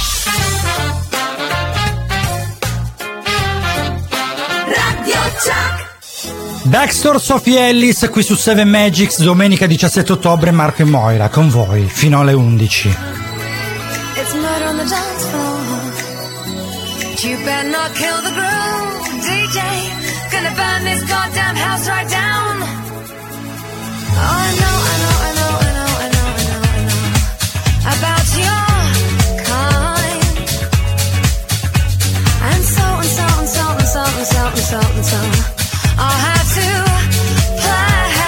Radio Chuck. Baxter, Sophie Ellis qui su Seven Magics, domenica diciassette ottobre. Marco e Moira con voi fino alle undici. It's murder on the dance floor. You better not kill the groove, D J. Gonna burn this goddamn house right down. Oh, I know, I know, I know, I know, I know, I know, I know about your kind. And so and so and so and so and so and so and so. I'll have to play.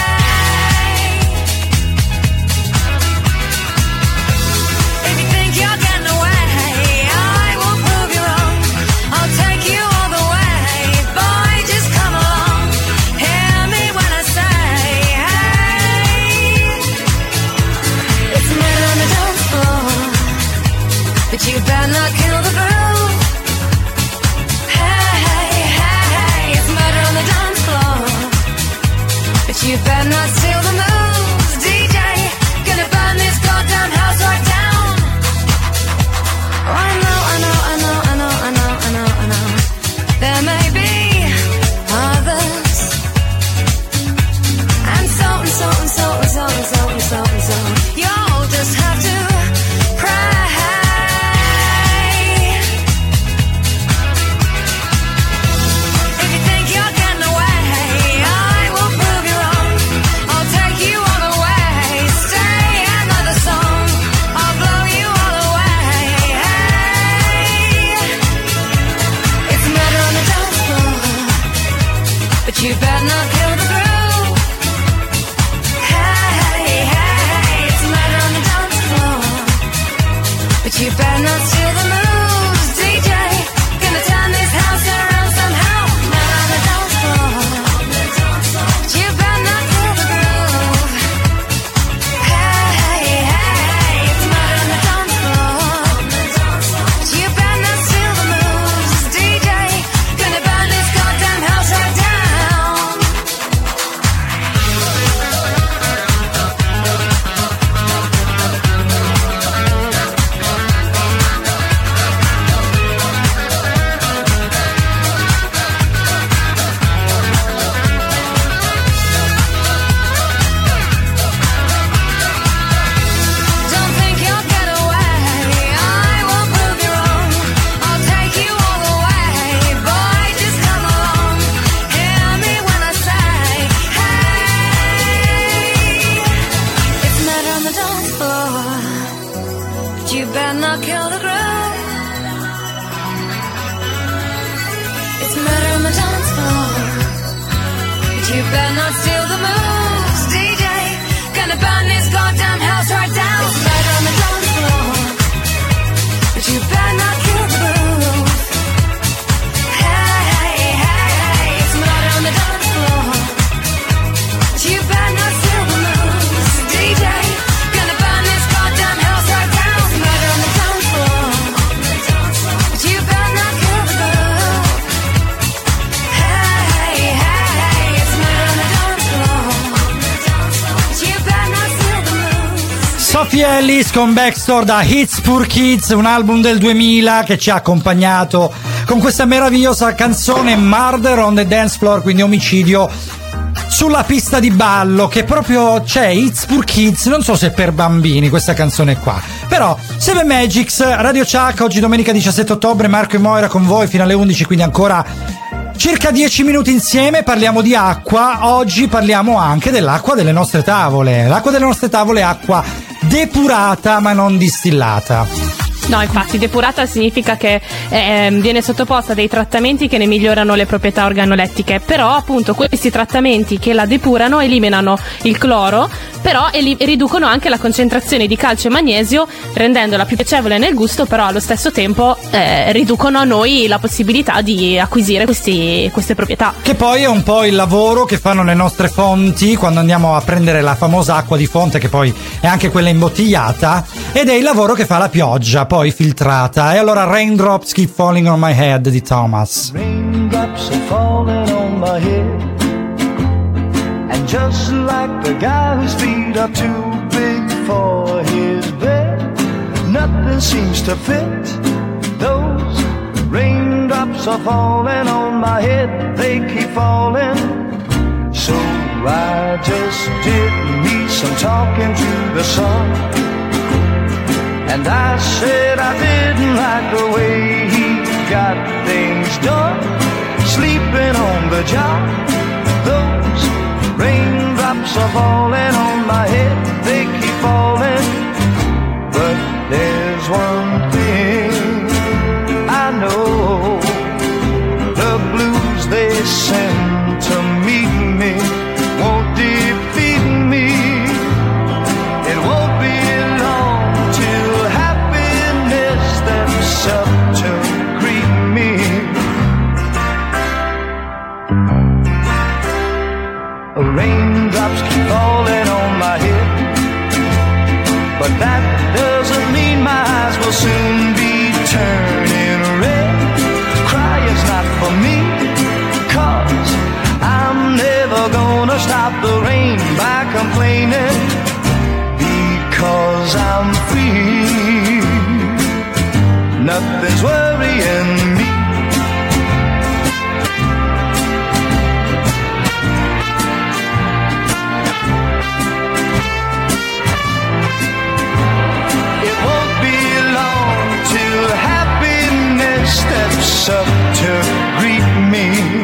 If you think you're getting away, I will prove you wrong. I'll take you all the way. Boy, just come along. Hear me when I say, hey. It's murder on the dance floor, but you better not kill the groove. But you better not steal the moves, D J. Gonna burn this goddamn house right down. Oh, I know, I know, I know, I know, I know, I know, I know. There may be others. And so and so and so and so and so and so and so. You'll just have to pray. You better not kill the groove. Hey, hey, it's murder on the dance floor. But you better not steal the moves, D J. Gonna turn this house around somehow. Murder on the dance floor. But you better not kill the groove. Hey, hey, it's murder on the dance floor. But you better not steal the moves, D J. Gonna burn this goddamn house right down. You better not kill the groove. It's murder on the dance floor. But you better not steal the moves, D J. Gonna burn this goddamn house right down. It's murder on the dance floor. But you better not kill the groove. Hey, hey, hey, it's murder on the dance floor. But you better not steal the moves, D J. Gonna burn this goddamn house right down. It's murder on the dance floor. But you better Sophie Ellis con Backstore da Hits for Kids, un album del duemila che ci ha accompagnato con questa meravigliosa canzone Murder on the Dance Floor, quindi omicidio sulla pista di ballo, che proprio c'è Hits for Kids, non so se è per bambini questa canzone qua, però Seven Magics, Radio Chuck, oggi domenica diciassette ottobre, Marco e Moira con voi fino alle undici, quindi ancora circa dieci minuti insieme. Parliamo di acqua, oggi parliamo anche dell'acqua delle nostre tavole. L'acqua delle nostre tavole è acqua depurata ma non distillata. No, infatti depurata significa che eh, viene sottoposta a dei trattamenti che ne migliorano le proprietà organolettiche, però appunto questi trattamenti che la depurano eliminano il cloro, però eli- riducono anche la concentrazione di calcio e magnesio, rendendola più piacevole nel gusto, però allo stesso tempo eh, riducono a noi la possibilità di acquisire questi, queste proprietà. Che poi è un po' il lavoro che fanno le nostre fonti quando andiamo a prendere la famosa acqua di fonte, che poi è anche quella imbottigliata, ed è il lavoro che fa la pioggia, poi filtrata. E allora Raindrops Keep Falling on My Head di Thomas. Raindrops are falling on my head, and just like the guy whose feet are too big for his bed, nothing seems to fit. Those raindrops are falling on my head, they keep falling. So I just did me some talking to the sun, and I said I didn't like the way he got things done, sleeping on the job. Those raindrops are falling on my head, they keep falling. But there's one thing I know, the blues they send to meet me won't defeat me. It won't be long till happiness steps up to greet me. Raindrops keep falling on my head, but that doesn't mean my eyes will soon be turning red. Crying's not for me, 'cause I'm never gonna stop the rain by complaining, because I'm free. Nothing's worrying me. It won't be long till happiness steps up to greet me.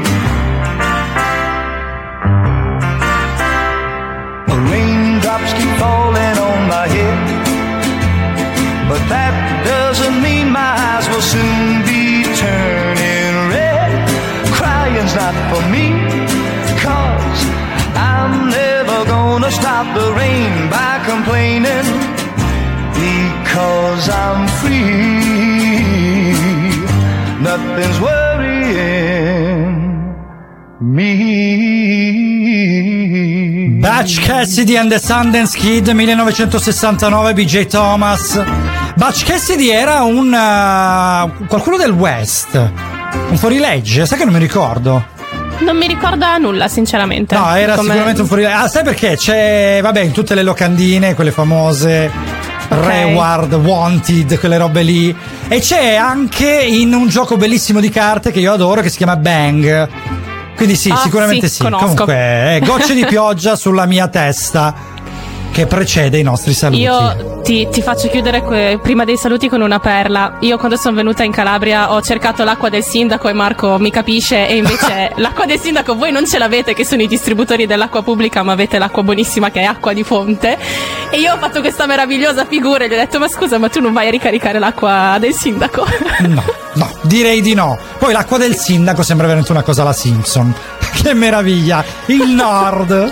Raindrops keep falling on my head, but that doesn't mean my eyes will soon be turning red. Crying's not for me, 'cause I'm never gonna stop the rain by complaining, because I'm free. Nothing's worrying me. Butch Cassidy and the Sundance Kid, millenovecentosessantanove, B J Thomas. Butch Cassidy era un uh, qualcuno del West, un fuorilegge, sai che non mi ricordo. Non mi ricorda nulla, sinceramente. No, era Come... sicuramente un fuorilegge. Ah, sai perché? C'è, vabbè, in tutte le locandine, quelle famose, Okay. Reward, Wanted, quelle robe lì. E c'è anche in un gioco bellissimo di carte che io adoro, che si chiama Bang. Quindi sì, Ah, sicuramente sì, sì. conosco. Comunque, eh, gocce di pioggia sulla mia testa che precede i nostri saluti. Io ti, ti faccio chiudere que- prima dei saluti con una perla. Io quando sono venuta in Calabria ho cercato l'acqua del sindaco e Marco mi capisce, e invece l'acqua del sindaco voi non ce l'avete, che sono i distributori dell'acqua pubblica, ma avete l'acqua buonissima che è acqua di fonte. E io ho fatto questa meravigliosa figura e gli ho detto: ma scusa, ma tu non vai a ricaricare l'acqua del sindaco? No, no, direi di no. Poi l'acqua del sindaco sembra veramente una cosa alla Simpson. Che meraviglia, il nord.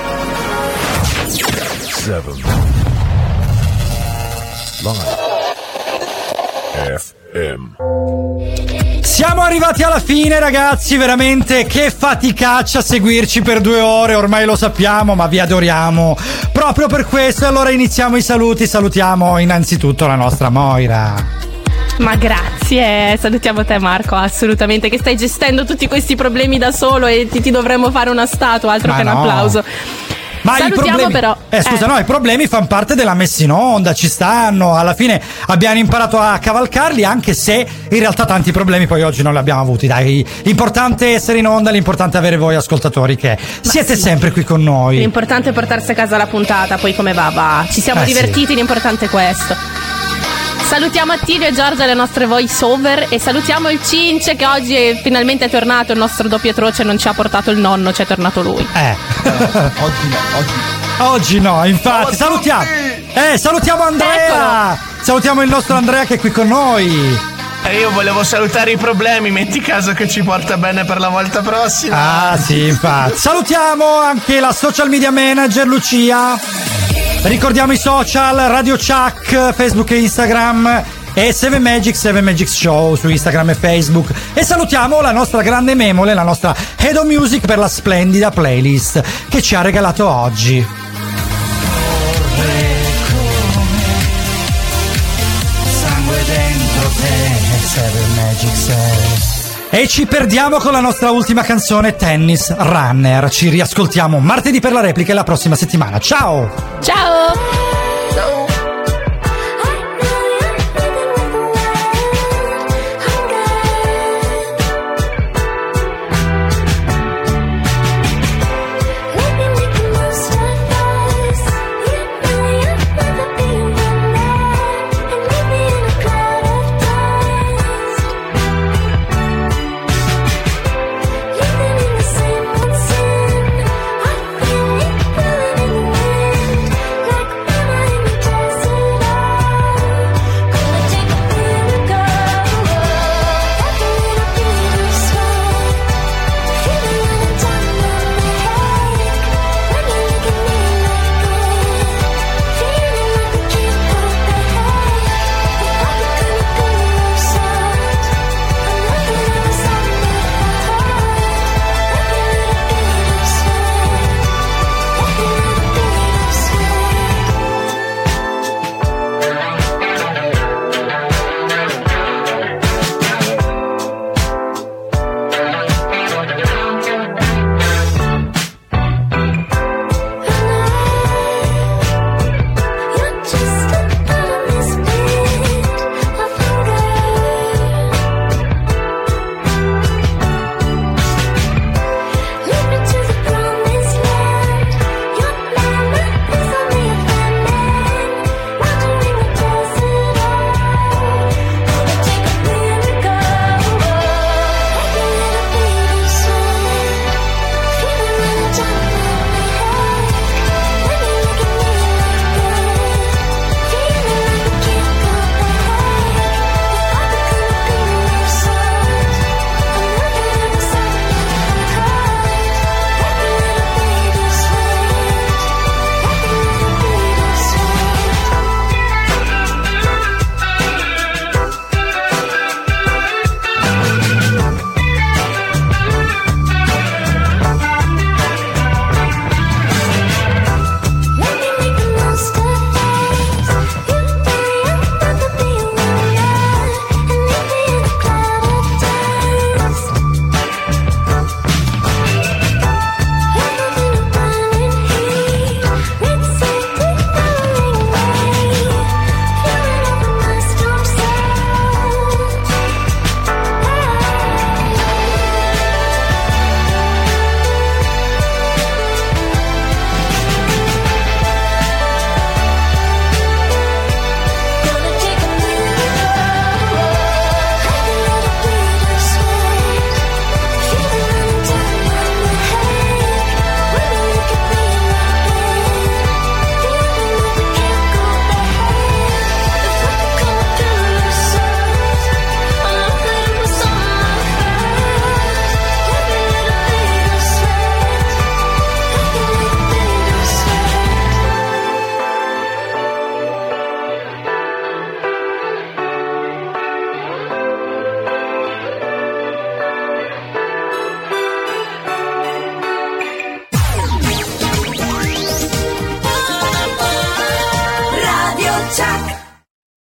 Seven. Live. F M. Siamo arrivati alla fine, ragazzi, veramente che faticaccia seguirci per due ore, ormai lo sappiamo, ma vi adoriamo proprio per questo. Allora iniziamo i saluti, salutiamo innanzitutto la nostra Moira. Ma grazie, salutiamo te Marco, assolutamente, che stai gestendo tutti questi problemi da solo e ti, ti dovremmo fare una statua, altro Ma che un no. applauso. Ma i Salutiamo problemi, però. eh, scusa, eh. no, i problemi fanno parte della messa in onda, ci stanno. Alla fine abbiamo imparato a cavalcarli, anche se in realtà tanti problemi poi oggi non li abbiamo avuti. Dai, l'importante è essere in onda, l'importante è avere voi ascoltatori che siete sì. sempre qui con noi. L'importante è portarsi a casa la puntata, poi come va va. Ci siamo Eh, divertiti, sì. l'importante è questo. Salutiamo Attilio e Giorgia, le nostre voice over, e salutiamo il Cince che oggi è finalmente tornato, il nostro doppio atroce non ci ha portato il nonno, ci è tornato lui. Eh. Oggi no, oggi Oggi no, infatti. Ciao a Salutiamo. Eh, salutiamo Andrea. Salutiamo il nostro Andrea che è qui con noi. E io volevo salutare i problemi, metti caso che ci porta bene per la volta prossima. Ah, sì, infatti. Salutiamo anche la social media manager Lucia. Ricordiamo i social, Radio Chuck, Facebook e Instagram, e Seven Magic, Seven Magic Show su Instagram e Facebook. E salutiamo la nostra grande memole, la nostra Head of Music, per la splendida playlist che ci ha regalato oggi. Sangue dentro te, Seven Magic Seven. E ci perdiamo con la nostra ultima canzone, Tennis Runner. Ci riascoltiamo martedì per la replica e la prossima settimana. Ciao! Ciao!